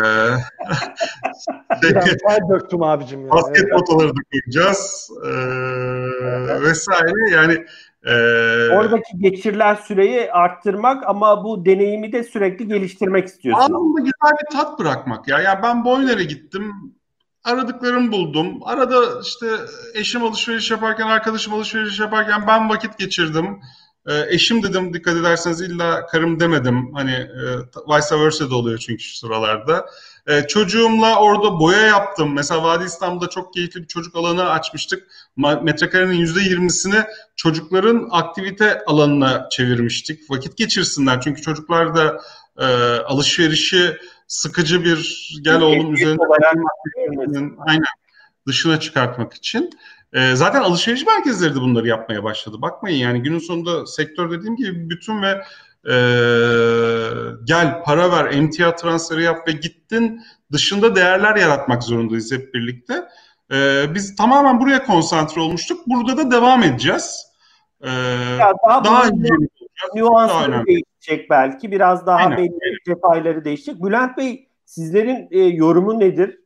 Biraz döktüm abicim. Yani. Basket potaları da koyacağız. E, vesaire yani. Ee, Oradaki geçirilen süreyi arttırmak ama bu deneyimi de sürekli geliştirmek istiyorsun. Anında güzel bir tat bırakmak ya. Yani ben Boyner'e gittim. Aradıklarımı buldum. Arada işte eşim alışveriş yaparken, arkadaşım alışveriş yaparken ben vakit geçirdim. Ee, eşim dedim, dikkat ederseniz illa karım demedim. Hani e, vice versa da oluyor çünkü şu sıralarda. Ee, çocuğumla orada boya yaptım. Mesela Vadi İstanbul'da çok keyifli bir çocuk alanı açmıştık. Metrekarenin yüzde yirmisini çocukların aktivite alanına çevirmiştik. Vakit geçirsinler. Çünkü çocuklar da e, alışverişi sıkıcı bir gel oğlum üzerinde aynen dışına çıkartmak için. E, zaten alışveriş merkezleri de bunları yapmaya başladı. Bakmayın yani günün sonunda sektör dediğim gibi bütün ve e, gel para ver, emtia transferi yap ve gittin dışında değerler yaratmak zorundayız hep birlikte. E, biz tamamen buraya konsantre olmuştuk. Burada da devam edeceğiz. E, ya daha daha nüansları değişecek belki. Biraz daha aynen, belli detayları değişecek. Bülent Bey, sizlerin e, yorumu nedir?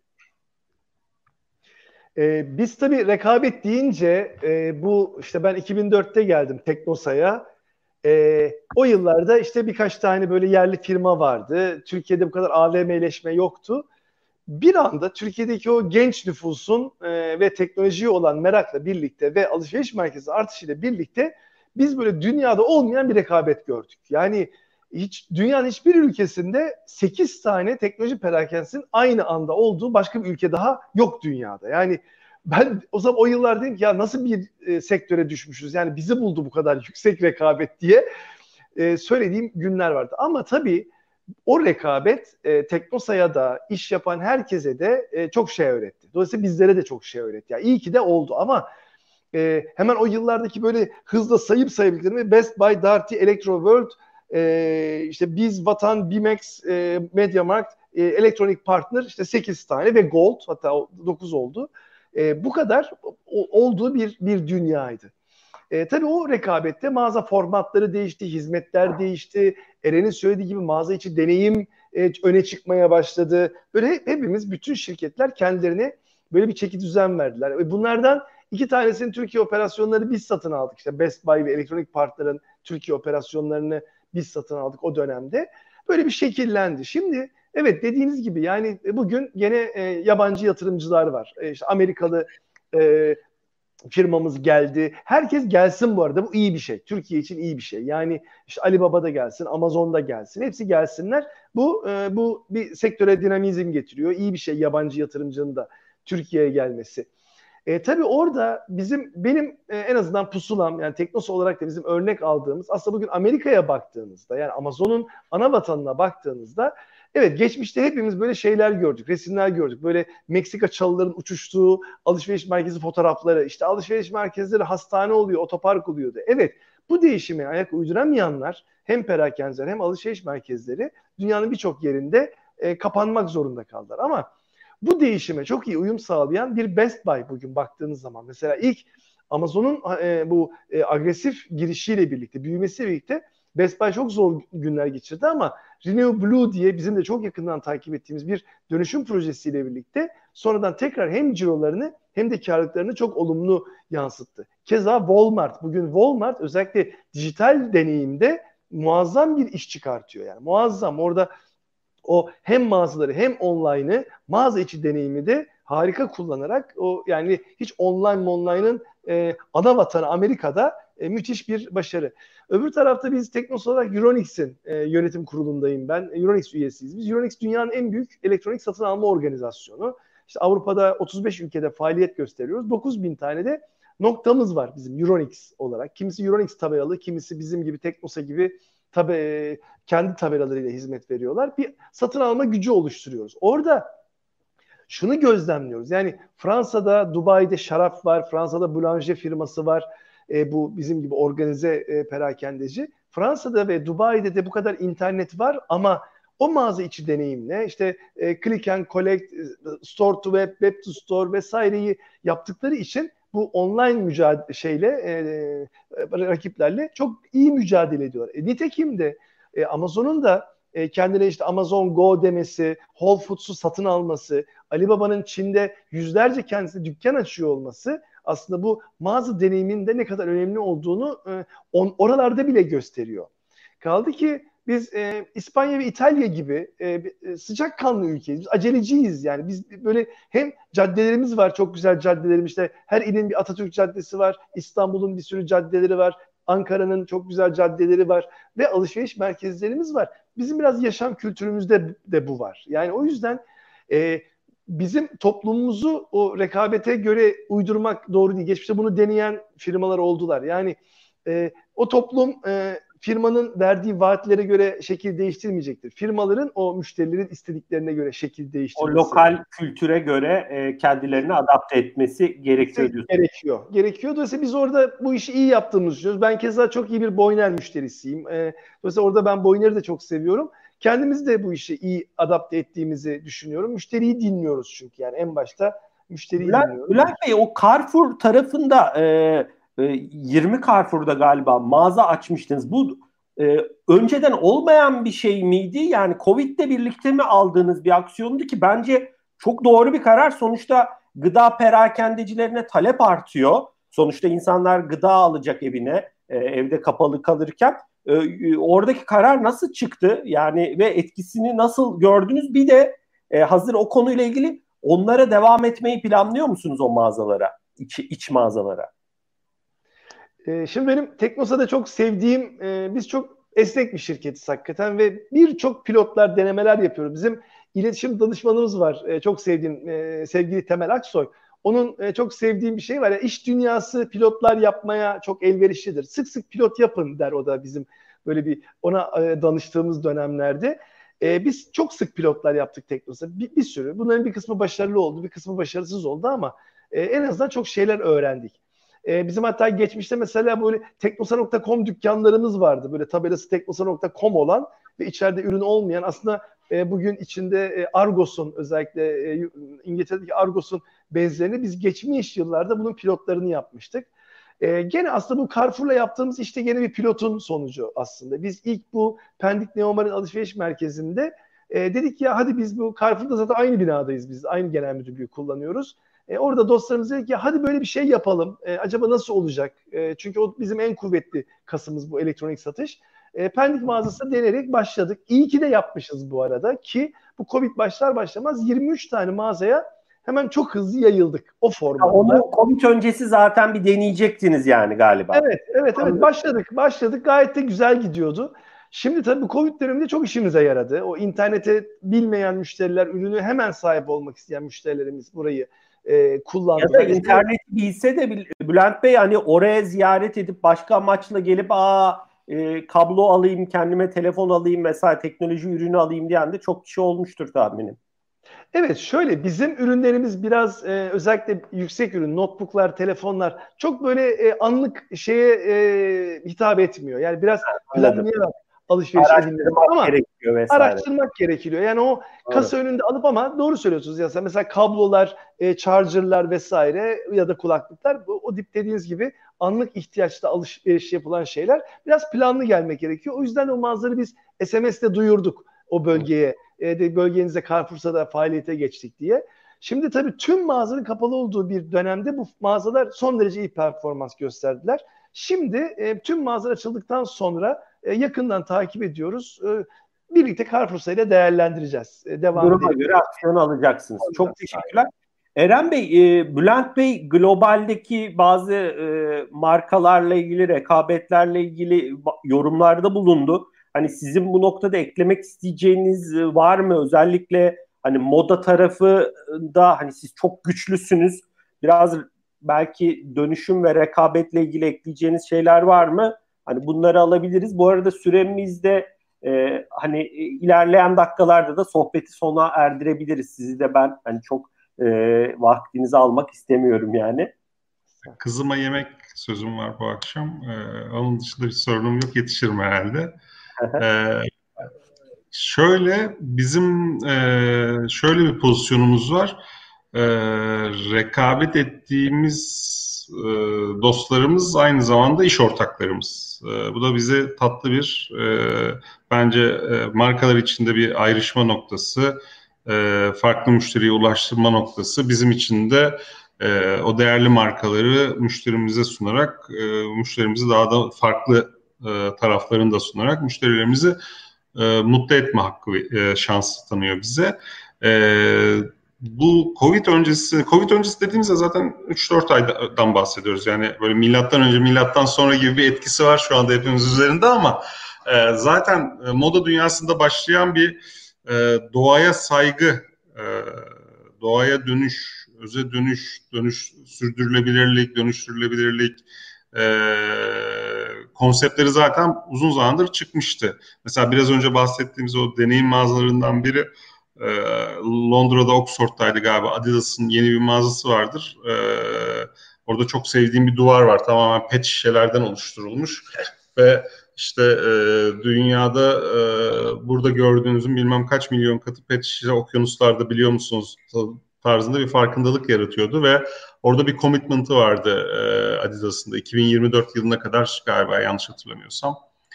Ee, biz tabii rekabet deyince e, bu işte ben iki bin dörtte geldim Teknosa'ya. E, o yıllarda işte birkaç tane böyle yerli firma vardı. Türkiye'de bu kadar A V M'leşme yoktu. Bir anda Türkiye'deki o genç nüfusun e, ve teknolojiye olan merakla birlikte ve alışveriş merkezi artışıyla birlikte biz böyle dünyada olmayan bir rekabet gördük. Yani hiç dünyanın hiçbir ülkesinde sekiz tane teknoloji perakendesinin aynı anda olduğu başka bir ülke daha yok dünyada. Yani ben o zaman o yıllar dedim ki ya nasıl bir e, sektöre düşmüşüz? Yani bizi buldu bu kadar yüksek rekabet diye e, söylediğim günler vardı. Ama tabii o rekabet e, Teknosa'ya da iş yapan herkese de e, çok şey öğretti. Dolayısıyla bizlere de çok şey öğretti. Yani iyi ki de oldu ama e, hemen o yıllardaki böyle hızla sayıp sayabildiklerimi Best Buy, Darty, Electro World, e, işte Biz, Vatan, Bimex, e, MediaMarkt, e, Electronic Partner işte sekiz tane ve Gold hatta dokuz oldu. E, bu kadar o, olduğu bir bir dünyaydı. E, tabii o rekabette mağaza formatları değişti, hizmetler değişti. Eren'in söylediği gibi mağaza içi deneyim e, öne çıkmaya başladı. Böyle hepimiz, bütün şirketler kendilerine böyle bir çeki düzen verdiler. Ve bunlardan iki tanesinin Türkiye operasyonları biz satın aldık. İşte Best Buy ve Electronic Partner'ın Türkiye operasyonlarını biz satın aldık o dönemde. Böyle bir şekillendi. Şimdi evet dediğiniz gibi yani bugün gene e, yabancı yatırımcılar var. E, işte Amerikalı e, firmamız geldi. Herkes gelsin bu arada. Bu iyi bir şey. Türkiye için iyi bir şey. Yani işte Alibaba da gelsin, Amazon da gelsin. Hepsi gelsinler. Bu e, bu bir sektöre dinamizm getiriyor. İyi bir şey yabancı yatırımcının da Türkiye'ye gelmesi. E, tabii orada bizim benim e, en azından pusulam yani Teknosa olarak da bizim örnek aldığımız aslında bugün Amerika'ya baktığınızda yani Amazon'un ana vatanına baktığınızda evet geçmişte hepimiz böyle şeyler gördük, resimler gördük. Böyle Meksika çalıların uçuştuğu alışveriş merkezi fotoğrafları, işte alışveriş merkezleri hastane oluyor, otopark oluyordu. Evet bu değişime ayak uyduramayanlar hem perakendeciler hem alışveriş merkezleri dünyanın birçok yerinde e, kapanmak zorunda kaldılar. Ama bu değişime çok iyi uyum sağlayan bir Best Buy bugün baktığınız zaman. Mesela ilk Amazon'un e, bu e, agresif girişiyle birlikte, büyümesiyle birlikte Best Buy çok zor günler geçirdi ama Renew Blue diye bizim de çok yakından takip ettiğimiz bir dönüşüm projesiyle birlikte sonradan tekrar hem cirolarını hem de karlılıklarını çok olumlu yansıttı. Keza Walmart, bugün Walmart özellikle dijital deneyimde muazzam bir iş çıkartıyor. Yani muazzam orada o hem mağazaları hem online'ı mağaza içi deneyimi de harika kullanarak o yani hiç online online'ın e, ana vatanı Amerika'da e, müthiş bir başarı. Öbür tarafta biz Teknosa olarak Euronix'in e, yönetim kurulundayım ben. Euronix üyesiyiz. Biz Euronix dünyanın en büyük elektronik satın alma organizasyonu. İşte Avrupa'da otuz beş ülkede faaliyet gösteriyoruz. dokuz bin tane de noktamız var bizim Euronix olarak. Kimisi Euronix tabelalı, kimisi bizim gibi Teknosa gibi tabi kendi tabelalarıyla hizmet veriyorlar. Bir satın alma gücü oluşturuyoruz. Orada şunu gözlemliyoruz. Yani Fransa'da, Dubai'de şarap var. Fransa'da Boulanger firması var. E, bu bizim gibi organize e, perakendeci. Fransa'da ve Dubai'de de bu kadar internet var ama o mağaza içi deneyimle işte e, click and collect, store to web, web to store vesaireyi yaptıkları için bu online mücadele şeyle e, rakiplerle çok iyi mücadele ediyorlar. E, nitekim de e, Amazon'un da e, kendine işte Amazon Go demesi, Whole Foods'u satın alması, Alibaba'nın Çin'de yüzlerce kendisi dükkan açıyor olması aslında bu mağaza deneyiminde ne kadar önemli olduğunu e, on, oralarda bile gösteriyor. Kaldı ki biz e, İspanya ve İtalya gibi e, sıcakkanlı ülkeyiz. Biz aceleciyiz yani. Biz böyle hem caddelerimiz var, çok güzel caddelerimiz işte her ilin bir Atatürk Caddesi var. İstanbul'un bir sürü caddeleri var. Ankara'nın çok güzel caddeleri var ve alışveriş merkezlerimiz var. Bizim biraz yaşam kültürümüzde de bu var. Yani o yüzden e, bizim toplumumuzu o rekabete göre uydurmak doğru değil. Geçmişte bunu deneyen firmalar oldular. Yani e, o toplum e, firmanın verdiği vaatlere göre şekil değiştirmeyecektir. Firmaların o müşterilerin istediklerine göre şekil değiştirmesi. O lokal kültüre göre e, kendilerini adapte etmesi gerekiyor diyorsun. Gerekiyor. Gerekiyor. Dolayısıyla biz orada bu işi iyi yaptığımızı düşünüyoruz. Ben keza çok iyi bir Boyner müşterisiyim. E, dolayısıyla orada ben Boyner'i de çok seviyorum. Kendimiz de bu işi iyi adapte ettiğimizi düşünüyorum. Müşteriyi dinliyoruz çünkü yani en başta müşteriyi Bülent, dinliyoruz. Bülent Bey o Carrefour tarafında e, e, yirmi Carrefour'da galiba mağaza açmıştınız. Bu e, önceden olmayan bir şey miydi? Yani Covid'le birlikte mi aldığınız bir aksiyondu ki bence çok doğru bir karar. Sonuçta gıda perakendecilerine talep artıyor. Sonuçta insanlar gıda alacak evine e, evde kapalı kalırken. E, oradaki karar nasıl çıktı? Yani ve etkisini nasıl gördünüz? Bir de e, hazır o konuyla ilgili onlara devam etmeyi planlıyor musunuz o mağazalara, iç, iç mağazalara? Ee, şimdi benim Teknosa'da çok sevdiğim, e, biz çok esnek bir şirketiz hakikaten ve birçok pilotlar, denemeler yapıyoruz. Bizim iletişim danışmanımız var, e, çok sevdiğim e, sevgili Temel Aksoy. Onun e, çok sevdiğim bir şey var. Yani iş dünyası pilotlar yapmaya çok elverişlidir. Sık sık pilot yapın der o da bizim böyle bir ona e, danıştığımız dönemlerde. E, biz çok sık pilotlar yaptık Teknosa. Bir, bir sürü. Bunların bir kısmı başarılı oldu, bir kısmı başarısız oldu ama e, en azından çok şeyler öğrendik. E, bizim hatta geçmişte mesela böyle teknosa nokta com dükkanlarımız vardı. Böyle tabelası teknosa nokta com olan ve içeride ürün olmayan aslında e, bugün içinde e, Argos'un özellikle e, İngiltere'deki Argos'un benzerini biz geçmiş yıllarda bunun pilotlarını yapmıştık. E, gene aslında bu Carrefour'la yaptığımız işte gene bir pilotun sonucu aslında. Biz ilk bu Pendik Neomar'ın alışveriş merkezinde e, dedik ya hadi biz bu Carrefour'da zaten aynı binadayız biz. Aynı genel müdürlüğü kullanıyoruz. E, orada dostlarımız dedik ya hadi böyle bir şey yapalım. E, acaba nasıl olacak? E, çünkü o bizim en kuvvetli kasımız bu elektronik satış. e, Pendik mağazasında denerek başladık. İyi ki de yapmışız bu arada ki bu Covid başlar başlamaz yirmi üç tane mağazaya hemen çok hızlı yayıldık o formatta. Onu Covid öncesi zaten bir deneyecektiniz yani galiba. Evet, evet, evet. Başladık, başladık. Gayet de güzel gidiyordu. Şimdi tabii Covid döneminde çok işimize yaradı. O internete bilmeyen müşteriler, ürünü hemen sahip olmak isteyen müşterilerimiz burayı e, kullandılar. Ya da interneti bilse de Bülent Bey hani oraya ziyaret edip başka amaçla gelip aa e, kablo alayım, kendime telefon alayım, mesela teknoloji ürünü alayım diyen de çok kişi olmuştur tahminim. Evet, şöyle bizim ürünlerimiz biraz e, özellikle yüksek ürün, notebooklar, telefonlar çok böyle e, anlık şeye e, hitap etmiyor. Yani biraz planlayarak alışveriş araştırmak ama gerekiyor vesaire. Araştırmak gerekiyor. Yani o kasa evet. önünde alıp ama doğru söylüyorsunuz ya. Mesela kablolar, e, chargerlar vesaire ya da kulaklıklar o, o dip dediğiniz gibi anlık ihtiyaçta alışveriş yapılan şeyler biraz planlı gelmek gerekiyor. O yüzden o mağazaları biz S M S'te duyurduk o bölgeye. E, de bölgenizde Carrefour'sa da faaliyete geçtik diye. Şimdi tabii tüm mağazaların kapalı olduğu bir dönemde bu mağazalar son derece iyi performans gösterdiler. Şimdi e, tüm mağazalar açıldıktan sonra e, yakından takip ediyoruz. E, birlikte Carrefour'sa ile değerlendireceğiz. E, devam Duruma göre aksiyon alacaksınız. Alacağız. Çok teşekkürler. Eren Bey, e, Bülent Bey globaldeki bazı e, markalarla ilgili, rekabetlerle ilgili yorumlarda bulundu. Hani sizin bu noktada eklemek isteyeceğiniz var mı? Özellikle hani moda tarafında hani siz çok güçlüsünüz. Biraz belki dönüşüm ve rekabetle ilgili ekleyeceğiniz şeyler var mı? Hani bunları alabiliriz. Bu arada süremizde e, hani ilerleyen dakikalarda da sohbeti sona erdirebiliriz. Sizi de ben hani çok e, vaktinizi almak istemiyorum yani. Kızıma yemek sözüm var bu akşam. Ee, onun dışında bir sorunum yok. Yetişirim herhalde. Ee, şöyle bizim e, şöyle bir pozisyonumuz var. Ee, rekabet ettiğimiz e, dostlarımız aynı zamanda iş ortaklarımız. E, bu da bize tatlı bir e, bence e, markalar içinde bir ayrışma noktası, e, farklı müşteriye ulaştırma noktası. Bizim için de e, o değerli markaları müşterimize sunarak, e, müşterimizi daha da farklı e, taraflarını da sunarak müşterilerimizi e, mutlu etme hakkı e, şansı tanıyor bize. E, bu Covid öncesi, Covid öncesi dediğimizde zaten üç dört aydan bahsediyoruz. Yani böyle milattan önce, milattan sonra gibi bir etkisi var şu anda hepimiz üzerinde ama e, zaten e, moda dünyasında başlayan bir e, doğaya saygı, e, doğaya dönüş, öze dönüş, dönüş, sürdürülebilirlik, dönüştürülebilirlik e, konseptleri zaten uzun zamandır çıkmıştı. Mesela biraz önce bahsettiğimiz o deneyim mağazalarından biri e, Londra'da Oxford'daydı galiba. Adidas'ın yeni bir mağazası vardır. E, orada çok sevdiğim bir duvar var. Tamamen pet şişelerden oluşturulmuş ve işte e, dünyada e, burada gördüğünüzün bilmem kaç milyon katı pet şişe okyanuslarda biliyor musunuz tarzında bir farkındalık yaratıyordu ve orada bir commitment'ı vardı e, Adidas'ın da iki bin yirmi dört yılına kadar galiba yanlış hatırlamıyorsam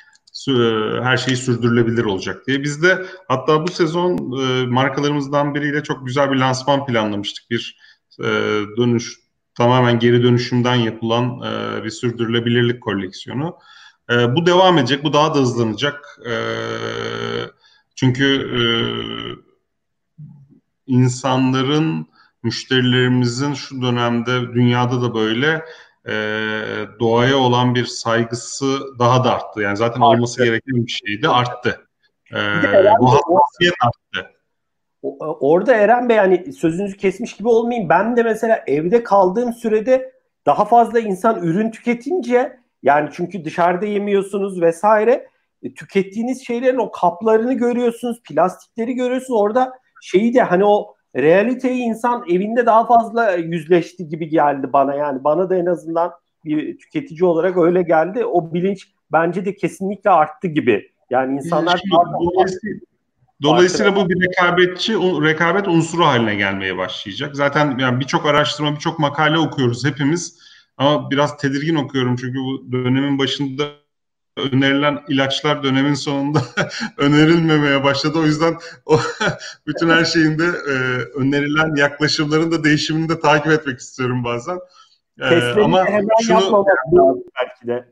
her şey sürdürülebilir olacak diye. Biz de hatta bu sezon e, markalarımızdan biriyle çok güzel bir lansman planlamıştık. Bir e, dönüş, tamamen geri dönüşümden yapılan e, bir sürdürülebilirlik koleksiyonu. E, bu devam edecek, bu daha da hızlanacak. E, çünkü e, insanların, müşterilerimizin şu dönemde dünyada da böyle e, doğaya olan bir saygısı daha da arttı. Yani zaten arttı. Olması gereken bir şeydi, arttı. E, bu hassasiyet arttı. Orada Eren Bey hani sözünüzü kesmiş gibi olmayayım. Ben de mesela evde kaldığım sürede daha fazla insan ürün tüketince yani çünkü dışarıda yemiyorsunuz vesaire tükettiğiniz şeylerin o kaplarını görüyorsunuz, plastikleri görüyorsunuz. Orada şeyi de hani o realiteyi insan evinde daha fazla yüzleşti gibi geldi bana. Yani bana da en azından bir tüketici olarak öyle geldi. O bilinç bence de kesinlikle arttı gibi. Yani insanlar Şimdi, dolayısıyla, dolayısıyla bu bir rekabetçi rekabet unsuru haline gelmeye başlayacak. Zaten yani birçok araştırma, birçok makale okuyoruz hepimiz. Ama biraz tedirgin okuyorum çünkü bu dönemin başında önerilen ilaçlar dönemin sonunda önerilmemeye başladı. O yüzden o bütün her şeyin de e, önerilen yaklaşımların da değişimini de takip etmek istiyorum bazen. E, ama hemen şunu yapmamak lazım belki de.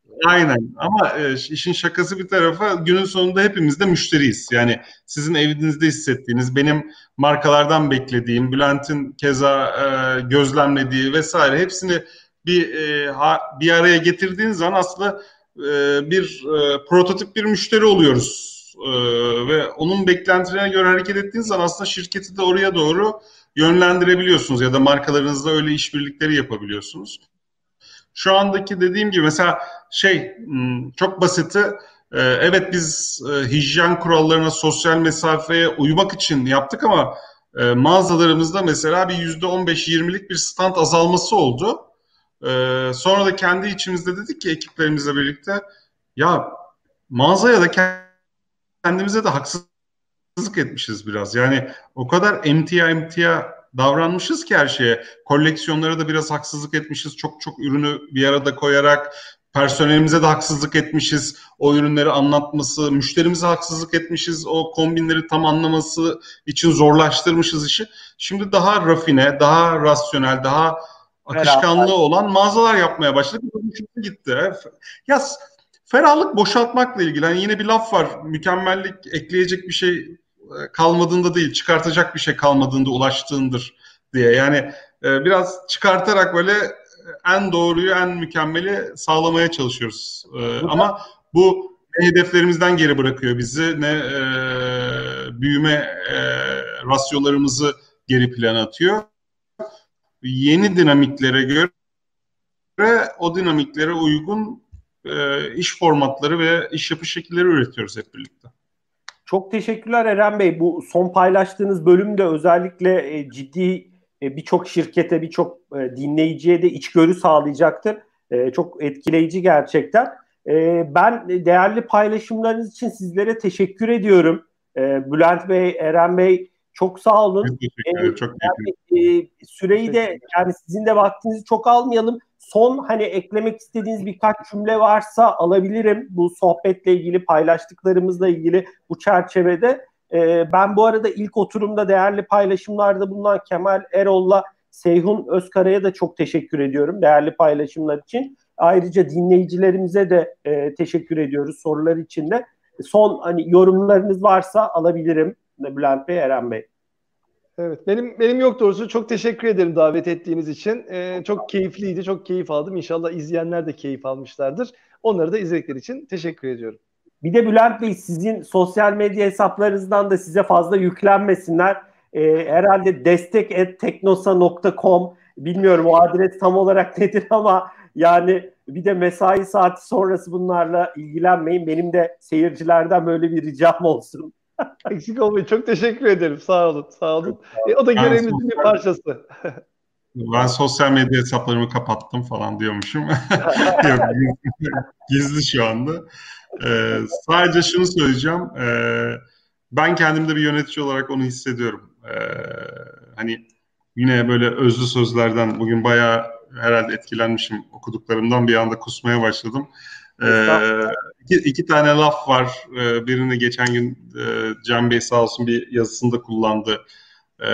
Aynen ama e, işin şakası bir tarafa günün sonunda hepimiz de müşteriyiz. Yani sizin evinizde hissettiğiniz, benim markalardan beklediğim, Bülent'in keza e, gözlemlediği vesaire hepsini bir e, ha, bir araya getirdiğiniz zaman aslında e, bir e, prototip bir müşteri oluyoruz. E, ve onun beklentilerine göre hareket ettiğiniz zaman aslında şirketi de oraya doğru yönlendirebiliyorsunuz ya da markalarınızla öyle işbirlikleri yapabiliyorsunuz. Şu andaki dediğim gibi mesela şey çok basiti, evet biz hijyen kurallarına, sosyal mesafeye uymak için yaptık ama mağazalarımızda mesela bir yüzde on beş yirmilik bir stand azalması oldu. Sonra da kendi içimizde dedik ki ekiplerimizle birlikte ya mağazaya da kendimize de haksızlık etmişiz biraz. Yani o kadar emtia emtia davranmışız ki her şeye. Koleksiyonlara da biraz haksızlık etmişiz. Çok çok ürünü bir arada koyarak personelimize de haksızlık etmişiz. O ürünleri anlatması, müşterimize haksızlık etmişiz. O kombinleri tam anlaması için zorlaştırmışız işi. Şimdi daha rafine, daha rasyonel, daha akışkanlığı olan mağazalar yapmaya başladık. Bu gitti. Ya ferahlık boşaltmakla ilgili. Yani yine bir laf var. Mükemmellik ekleyecek bir şey kalmadığında değil, çıkartacak bir şey kalmadığında ulaştığındır diye. Yani e, biraz çıkartarak böyle en doğruyu, en mükemmeli sağlamaya çalışıyoruz. E, ama bu ne hedeflerimizden geri bırakıyor bizi, ne e, büyüme e, rasyolarımızı geri plana atıyor. Yeni dinamiklere göre o dinamiklere uygun e, iş formatları ve iş yapış şekilleri üretiyoruz hep birlikte. Çok teşekkürler Eren Bey. Bu son paylaştığınız bölümde özellikle e, ciddi e, birçok şirkete, birçok e, dinleyiciye de içgörü sağlayacaktır. E, çok etkileyici gerçekten. E, ben değerli paylaşımlarınız için sizlere teşekkür ediyorum. E, Bülent Bey, Eren Bey çok sağ olun. Çok teşekkür ederim. Çok yani, e, süreyi de yani sizin de vaktinizi çok almayalım. Son hani eklemek istediğiniz birkaç cümle varsa alabilirim bu sohbetle ilgili, paylaştıklarımızla ilgili bu çerçevede. Ee, ben bu arada ilk oturumda değerli paylaşımlarda bulunan Kemal Erol'la Seyhun Özkara'ya da çok teşekkür ediyorum değerli paylaşımlar için. Ayrıca dinleyicilerimize de e, teşekkür ediyoruz sorular için de. Son hani yorumlarınız varsa alabilirim Bülent Bey, Eren Bey. Evet, benim benim yok doğrusu. Çok teşekkür ederim davet ettiğiniz için. Ee, çok keyifliydi, çok keyif aldım. İnşallah izleyenler de keyif almışlardır. Onları da izledikleri için teşekkür ediyorum. Bir de Bülent Bey sizin sosyal medya hesaplarınızdan da size fazla yüklenmesinler. Ee, herhalde destek et teknosa nokta com bilmiyorum o adres tam olarak nedir ama yani bir de mesai saati sonrası bunlarla ilgilenmeyin. Benim de seyircilerden böyle bir ricam olsun. Eksik olmayın. Çok teşekkür ederim. Sağ olun. Sağ olun. E, o da görevimizin bir parçası. Ben sosyal medya hesaplarımı kapattım falan diyormuşum. Yok, gizli, gizli şu anda. Ee, sadece şunu söyleyeceğim. Ee, ben kendimde bir yönetici olarak onu hissediyorum. Ee, hani yine böyle özlü sözlerden bugün bayağı herhalde etkilenmişim. Okuduklarımdan bir anda kusmaya başladım. Ee, iki, iki tane laf var. Ee, birini geçen gün e, Can Bey sağ olsun bir yazısında kullandı. Ee,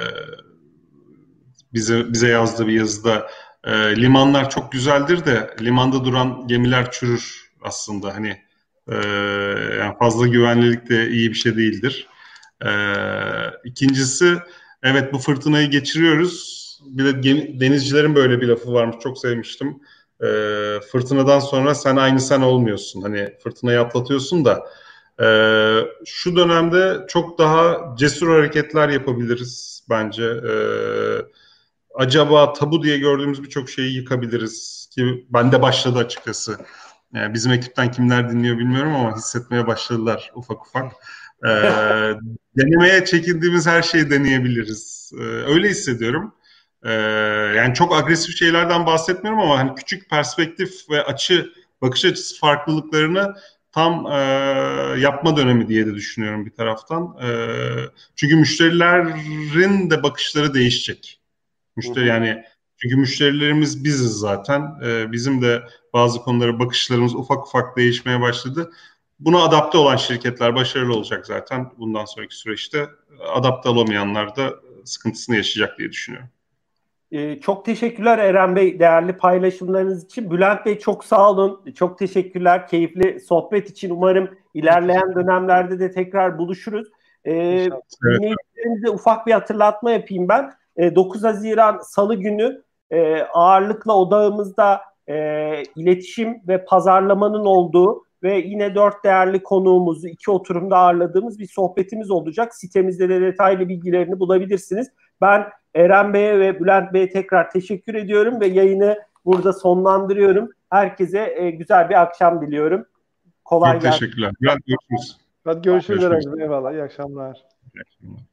bize bize yazdığı bir yazıda. E, limanlar çok güzeldir de limanda duran gemiler çürür aslında. Hani e, yani fazla güvenlilik de iyi bir şey değildir. E, ikincisi, evet bu fırtınayı geçiriyoruz. Bir de gemi, denizcilerin böyle bir lafı varmış. Çok sevmiştim. E, fırtınadan sonra sen aynı sen olmuyorsun. Hani fırtınayı atlatıyorsun da e, şu dönemde çok daha cesur hareketler yapabiliriz bence. E, acaba tabu diye gördüğümüz birçok şeyi yıkabiliriz ki bende başladı açıkçası. Yani bizim ekipten kimler dinliyor bilmiyorum ama hissetmeye başladılar ufak ufak. Ee, denemeye çekindiğimiz her şeyi deneyebiliriz. Ee, öyle hissediyorum. Ee, yani çok agresif şeylerden bahsetmiyorum ama hani küçük perspektif ve açı, bakış açısı farklılıklarını tam e, yapma dönemi diye de düşünüyorum bir taraftan. E, çünkü müşterilerin de bakışları değişecek. Müşteri yani çünkü müşterilerimiz biziz zaten. Ee, bizim de bazı konulara bakışlarımız ufak ufak değişmeye başladı. Buna adapte olan şirketler başarılı olacak zaten bundan sonraki süreçte. Adapte olamayanlar da sıkıntısını yaşayacak diye düşünüyorum. Ee, çok teşekkürler Eren Bey değerli paylaşımlarınız için. Bülent Bey çok sağ olun. Çok teşekkürler keyifli sohbet için. Umarım ilerleyen dönemlerde de tekrar buluşuruz. Ee, dinleyicilerimize ufak bir hatırlatma yapayım ben. Ee, dokuz Haziran Salı günü e, ağırlıkla odağımızda e, iletişim ve pazarlamanın olduğu ve yine dört değerli konuğumuzu iki oturumda ağırladığımız bir sohbetimiz olacak. Sitemizde de detaylı bilgilerini bulabilirsiniz. Ben Eren Bey'e ve Bülent Bey'e tekrar teşekkür ediyorum ve yayını burada sonlandırıyorum. Herkese e, güzel bir akşam diliyorum. Kolay gelsin. Çok teşekkürler. Görüşürüz. Hadi görüşürüz. görüşürüz. Eyvallah. İyi akşamlar. İyi akşamlar.